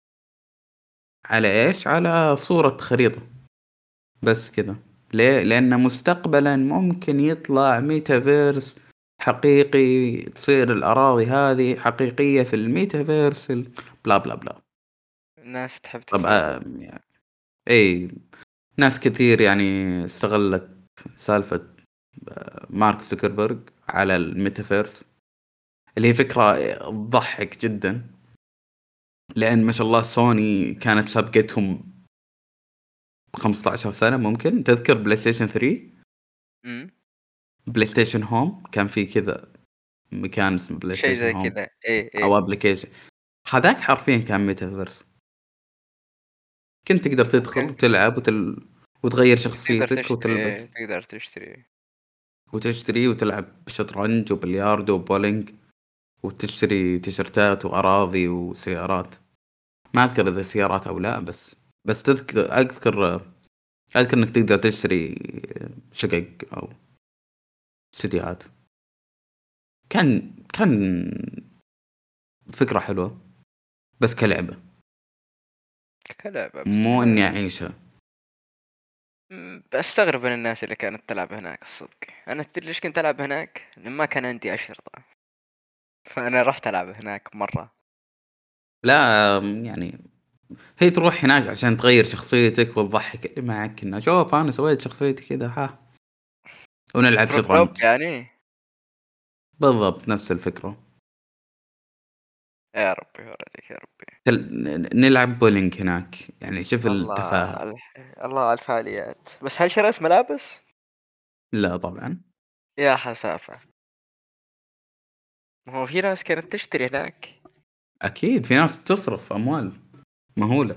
على إيش؟ على صورة خريطة بس كذا. ليه؟ لأن مستقبلا ممكن يطلع ميتافيرس حقيقي، تصير الأراضي هذه حقيقية في الميتافيرس ال- بلا بلا بلا. الناس تحب تتفائل. طبعا يعني، اي ناس كثير يعني استغلت سالفة مارك زوكربيرج على الميتافيرس، اللي هي فكرة تضحك جدا. لأن ما شاء الله سوني كانت سابقتهم بخمسة عشر سنة. ممكن تذكر بلاي ستيشن ثري، امم بلاي ستيشن هوم، كان في كذا مكان اسمه بلاي شيء ستيشن زي هوم كذا، ايه او ايه. ابلكيشن. هذاك حرفيا كان ميتافيرس. كنت تقدر تدخل اوكي. وتلعب وتل... وتغير وتقدر شخصيتك تشتري، وتلبس ايه تقدر تشتري. وتشتري وتلعب شطرنج وبلياردو وبولينج، وتشتري تيشرتات واراضي وسيارات. ما اذكر اذا سيارات او لا، بس بس تذكر اذكر اذكر انك تقدر تشتري شقق او استديوهات. كان كان فكرة حلوة بس كلعبة، كلعبة بس مو اني انها. اعيشها. مم، بستغرب من الناس اللي كانت تلعب هناك الصدق. انا تدري ليش كنت العب هناك؟ لما ما كان عندي اشرطة، فانا رحت العب هناك مرة. لا يعني هي تروح هناك عشان تغير شخصيتك وتضحك اللي معك، انه شوف انا سويت شخصيتي كذا ها، ونلعب بروف جوب شطرنج. يعني. بالضبط نفس الفكرة. يا ربي ورجيك يا ربي. تل... ن- نلعب بولينج هناك، يعني شوف الله التفاهة. على الح- الله على الفعاليات. بس هل شريت ملابس؟ لا طبعا. يا حسافة. ما هو في ناس كانت تشتري هناك. اكيد في ناس تصرف اموال مهولة.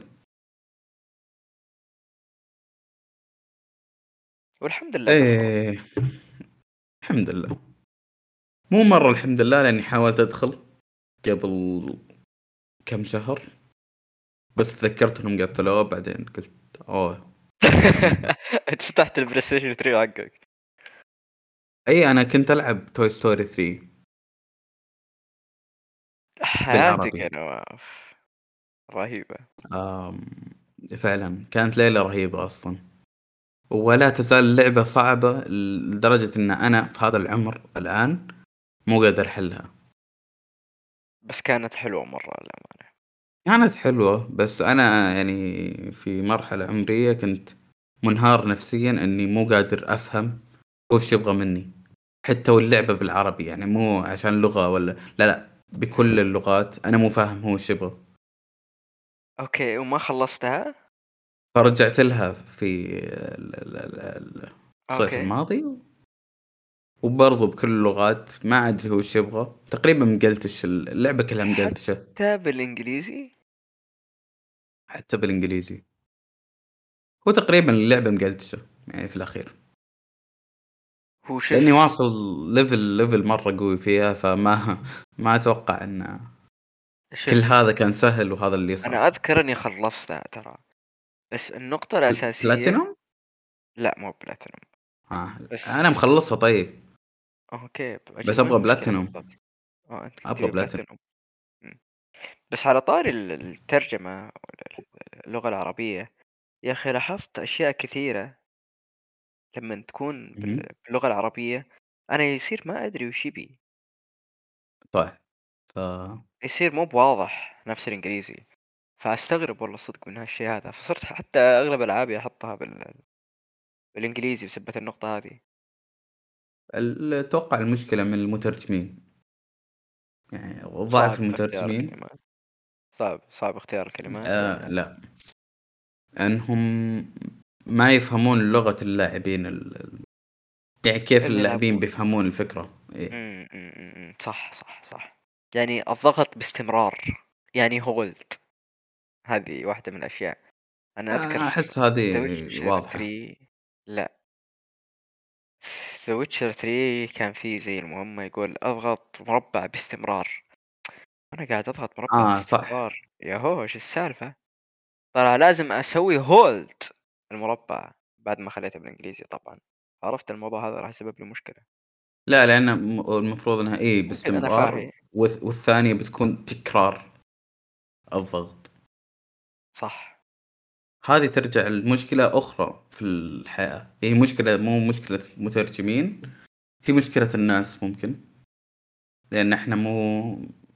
والحمد لله قفلوا. ايه الحمد لله. مو مرة الحمد لله، لاني حاولت ادخل قبل كم شهر، بس تذكرت انهم قفلوه بعدين قلت اوه الحمد لله. انت فتحت البلاي ستيشن ثري حقك. اي انا كنت العب توي ستوري ثري حياتك بالعربي. يا نواف رهيبة. آم، فعلا كانت ليلة رهيبة اصلا، ولا تزال اللعبة صعبة لدرجة ان انا في هذا العمر الان مو قادر احلها. بس كانت حلوة مرة للأمانة. كانت حلوة بس انا يعني في مرحلة عمرية كنت منهار نفسيا اني مو قادر افهم وش يبغى مني. حتى واللعبة بالعربي، يعني مو عشان لغة ولا لا لا، بكل اللغات انا مو فاهم هو وش يبغى. اوكي، وما خلصتها؟ فرجعت لها في ال- ال- ال- ال- الصيف اوكي. الماضي، وبرضو بكل اللغات ما ادري هو وش يبغى. تقريبا مقلتش اللعبة كلها مقلتشة. حتى بالانجليزي؟ حتى بالانجليزي هو تقريبا اللعبة مقلتشة يعني في الاخير. هو لاني شوف. واصل ليفل ليفل مرة قوي فيها، فما ما اتوقع ان كل شوف، هذا كان سهل وهذا اللي صعب. انا اذكر اني خلصتها ترى. بس النقطة الاساسية. بلاتينوم. لا مو بلاتينوم. آه. انا بس مخلصها طيب، اوكي بس اجل، وين ابغى المشكلة بلاتينوم. بالضبط؟ اه انت ابغى تبي بلاتينوم. بلاتينوم. مم. بس على طاري ال- الترجمة، اللغة العربية، يا اخي لاحظت اشياء كثيرة لما تكون مهم. بال- باللغة العربية. انا يصير ما ادري وش يبي. طيب ف يصير مو بواضح نفس الانجليزي. فاستغرب والله صدق من هالشيء هذا، فصرت حتى اغلب العابي احطها بال... بالانجليزي بسبة النقطة هذه. اتوقع المشكلة من المترجمين، يعني ضعف صعب في اختيار المترجمين. الكلمات. صعب صعب اختيار الكلمات آه ولا؟ لا، انهم ما يفهمون لغة اللاعبين ال... ال- يعني كيف اللي اللاعبين يلعبون. بيفهمون الفكرة. إيه. امم أمم، أمم، صح صح صح. يعني الضغط باستمرار، يعني hold. هذه واحدة من الأشياء. أنا أذكر آه، في أحس هذه The Witcher واضحة. ثري. لأ، The Witcher ثري كان في زي المهمة يقول اضغط مربع باستمرار. أنا قاعد أضغط مربع آه صح. باستمرار، ياهو إيش السالفة؟ طلع لازم أسوي hold المربع بعد ما خليته بالإنجليزي طبعًا. عرفت الموضوع هذا راح يسبب لي مشكلة. لا لأن م المفروض إنها إيه يمكن أنا باستمرار، فاهي. والث والثانية بتكون تكرار الضغط. صح. هذه ترجع لمشكلة أخرى في الحياة، هي مشكلة مو مشكلة مترجمين، هي مشكلة الناس ممكن، لأن إحنا مو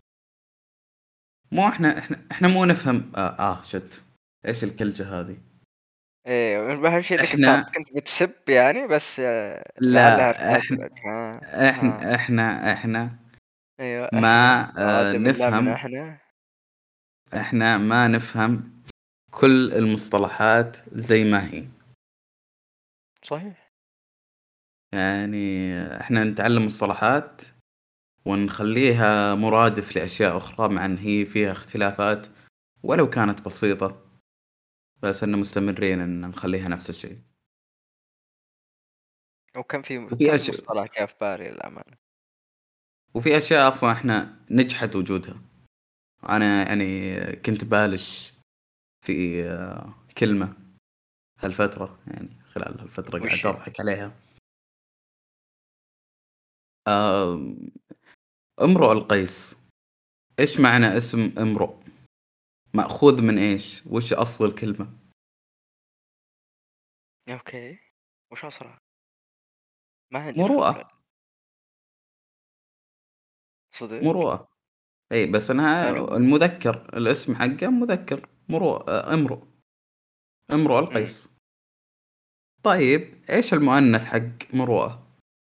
مو إحنا إحنا إحنا مو نفهم آه, آه شت إيش الكلجة هذه؟ إيه، أهم شيء إنك أنت إحنا كنت بتسب يعني، بس آه، لعلها لا إحنا بتعجبك. ها. ها. إحنا إحنا إحنا أيوه إحنا، ما آه أعوذ بالله من نفهم، إحنا. إحنا ما نفهم كل المصطلحات زي ما هي. صحيح. يعني إحنا نتعلم مصطلحات ونخلّيها مرادف لأشياء أخرى، مع إن هي فيها اختلافات ولو كانت بسيطة، بس إنه مستمرين إن نخلّيها نفس الشيء. وكم في وفي كم في أش مصطلح جاء في بالي للأمانة. وفي أشياء أصلًا إحنا نجحد وجودها. أنا يعني كنت بالش في آه، كلمة هالفترة، يعني خلال هالفترة وش قعدت هي؟ أضحك عليها. آمم، امرؤ القيس، إيش معنى اسم امرؤ؟ مأخوذ من إيش؟ وش أصل الكلمة؟ أوكي، وش أصلها؟ ما عندي الخلفية. مروءة. صدق؟ مروءة. أي بس أنا معلومة. المذكر الاسم حقه مذكر مروء آه، امرؤ امرؤ إمم. القيس. طيب إيش المؤنث حق مروءة؟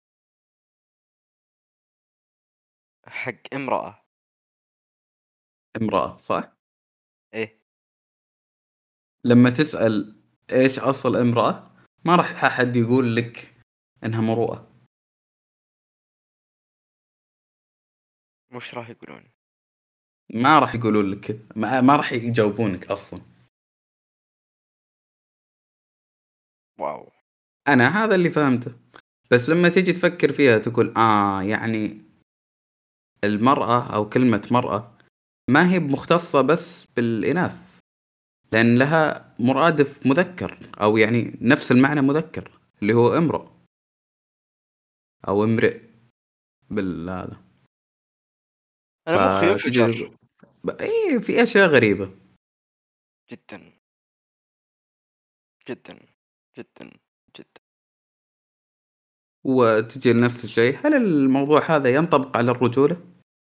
حق امرأة. امرأة صح؟ إيه. لما تسأل إيش أصل امرأة ما راح أحد يقول لك إنها مروءة. وش راح يقولون؟ ما راح يقولون لك كذا، ما, ما راح يجاوبونك أصلا. واو! أنا هذا اللي فهمته. بس لما تيجي تفكر فيها تقول آه يعني المرأة أو كلمة مرأة ما هي مختصة بس بالإناث، لأن لها مرادف مذكر أو يعني نفس المعنى مذكر اللي هو امرؤ أو امرئ بالهذا. أنا مخي فتجي ينفجر. تقول ب- إيه في أشياء غريبة. جدًا، جدًا، جدًا، جدًا. وتجي لنفس الشيء، هل الموضوع هذا ينطبق على الرجولة؟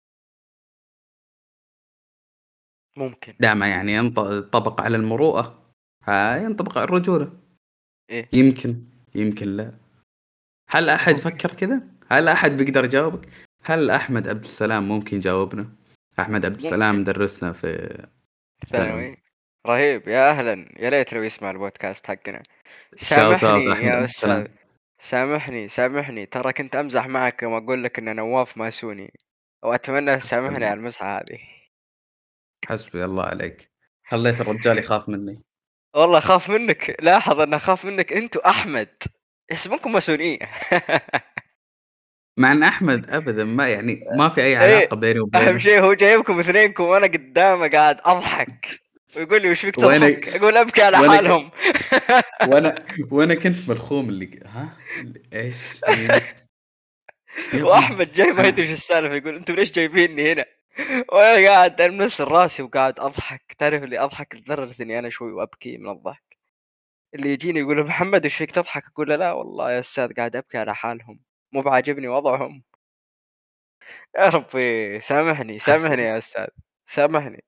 ممكن. لا ما يعني ينط- ينطبق على المروءة، ها ينطبق على الرجولة. إيه. يمكن، يمكن لا. هل أحد ممكن. فكر كذا؟ هل أحد بيقدر يجاوبك؟ هل أحمد عبد السلام ممكن يجاوبنا؟ أحمد عبد ممكن. السلام درسنا في ثانوي. ثانوي. رهيب، يا أهلًا، يا ليت لو يسمع البودكاست حقنا. شاوت سامحني اوت أحمد يا عبد أستاذ، السلام. سامحني، سامحني، ترى كنت أمزح معك يوم أقول لك إن نواف ماسوني، وأتمنى حسبي تسامحني على الله، المزحة هذه. حسبي الله عليك، خليت الرجال يخاف مني. والله أخاف منك، لاحظ أنا أخاف منك أنت وأحمد، اسمكم ماسونية. مع ان احمد ابدا ما يعني ما في اي إيه، علاقه بيني أهم وبينه. شيء هو جايبكم اثنينكم وأنا قدامه قاعد أضحك، ويقول لي: "وش فيك وانا تضحك؟" أقول: "أبكي على وانا ك... حالهم." وانا وانا كنت ملخوم اللي ها اللي... ايش مين يا ابني وأحمد جاي ما يدري انا. إيش السالفة، يقول: "أنتم ليش جايبينّي هنا؟" وأنا قاعد أمنسر راسي وقاعد أضحك، تعرف اللي أضحك لدرجة إني أنا شوي وأبكي من الضحك. اللي يجيني يقول: "محمد وش فيك تضحك؟" أقول له: "لا والله يا أستاذ قاعد أبكي على حالهم، مو بعاجبني وضعهم." يا ربي سامحني، حسبي سامحني الله. يا أستاذ، سامحني.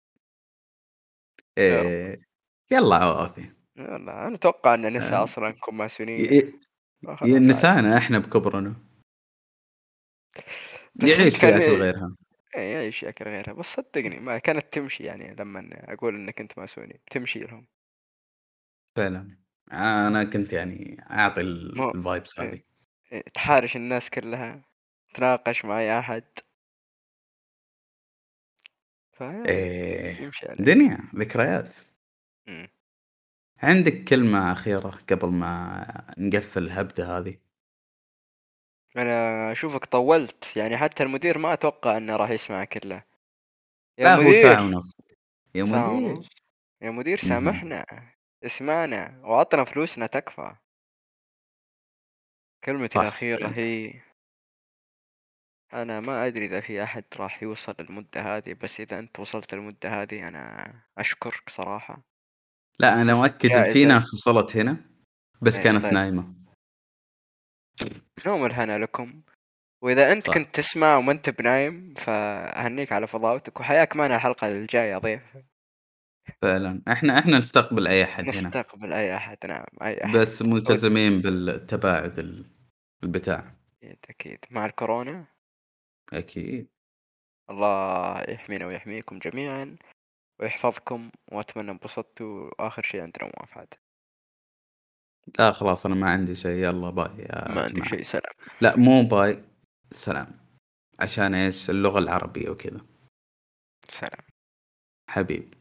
يا رب. إيه... يلا عوافي. والله أنا أتوقع إن نسا آه، أصلًا ي... كماسونية، ي... ي- فخلاص عادي. نسانا احنا بكبرنا بس أنت يعيش كان وياكل إيه غيرها. إيش ياكل غيرها، بس صدقني ما كانت تمشي يعني لمّا أقول إنك أنت ماسوني، بتمشي لهم. فعلا انا أنا كنت يعني اعطي مو الفايبس إيه، هذه. إيه، تحارش الناس كلها، تناقش مع أي أحد. فيعني إيه يمشي عليه. دنيا ذكريات. إمم. عندك كلمة أخيرة قبل ما نقفل الهبدة هذه؟ أنا أشوفك طوّلت، يعني حتى المدير ما أتوقع إنه راح يسمع كلّه. يا لا هو ساعة مدير، ونص. يا ساعة مدير. ونص! يا مدير اهم. سامحنا، اسمعنا وعطنا فلوسنا تكفى. كلمتي صح الأخيرة فعلًا. هي أنا ما أدري إذا في أحد راح يوصل للمدة هذه، بس إذا أنت وصلت للمدة هذه أنا أشكرك صراحة. لا أنا فزت مؤكد إن في بجائزة. ناس وصلت هنا بس إيه كانت طيب، نايمة. نوم الهنا لكم. وإذا أنت صح كنت تسمع وما أنت بنايم فأهنيك على فضاوتك، وحياك معنا الحلقة الجاية ضيف. فعلًا. إحنا إحنا نستقبل أي أحد هنا، نستقبل أي أحد، نعم أي أحد. بس ود ملتزمين بالتباعد ال البتاع. أكيد أكيد مع الكورونا. أكيد. الله يحمينا ويحميكم جميعا ويحفظكم، وأتمنى انبسطتوا. وآخر شيء عندنا موافقات. لا خلاص أنا ما عندي شيء، يالّا باي يا ما عندك جماعة. شيء، سلام. لأ مو باي، سلام. عشان إيش؟ اللغة العربية وكذا. سلام. حبيبي.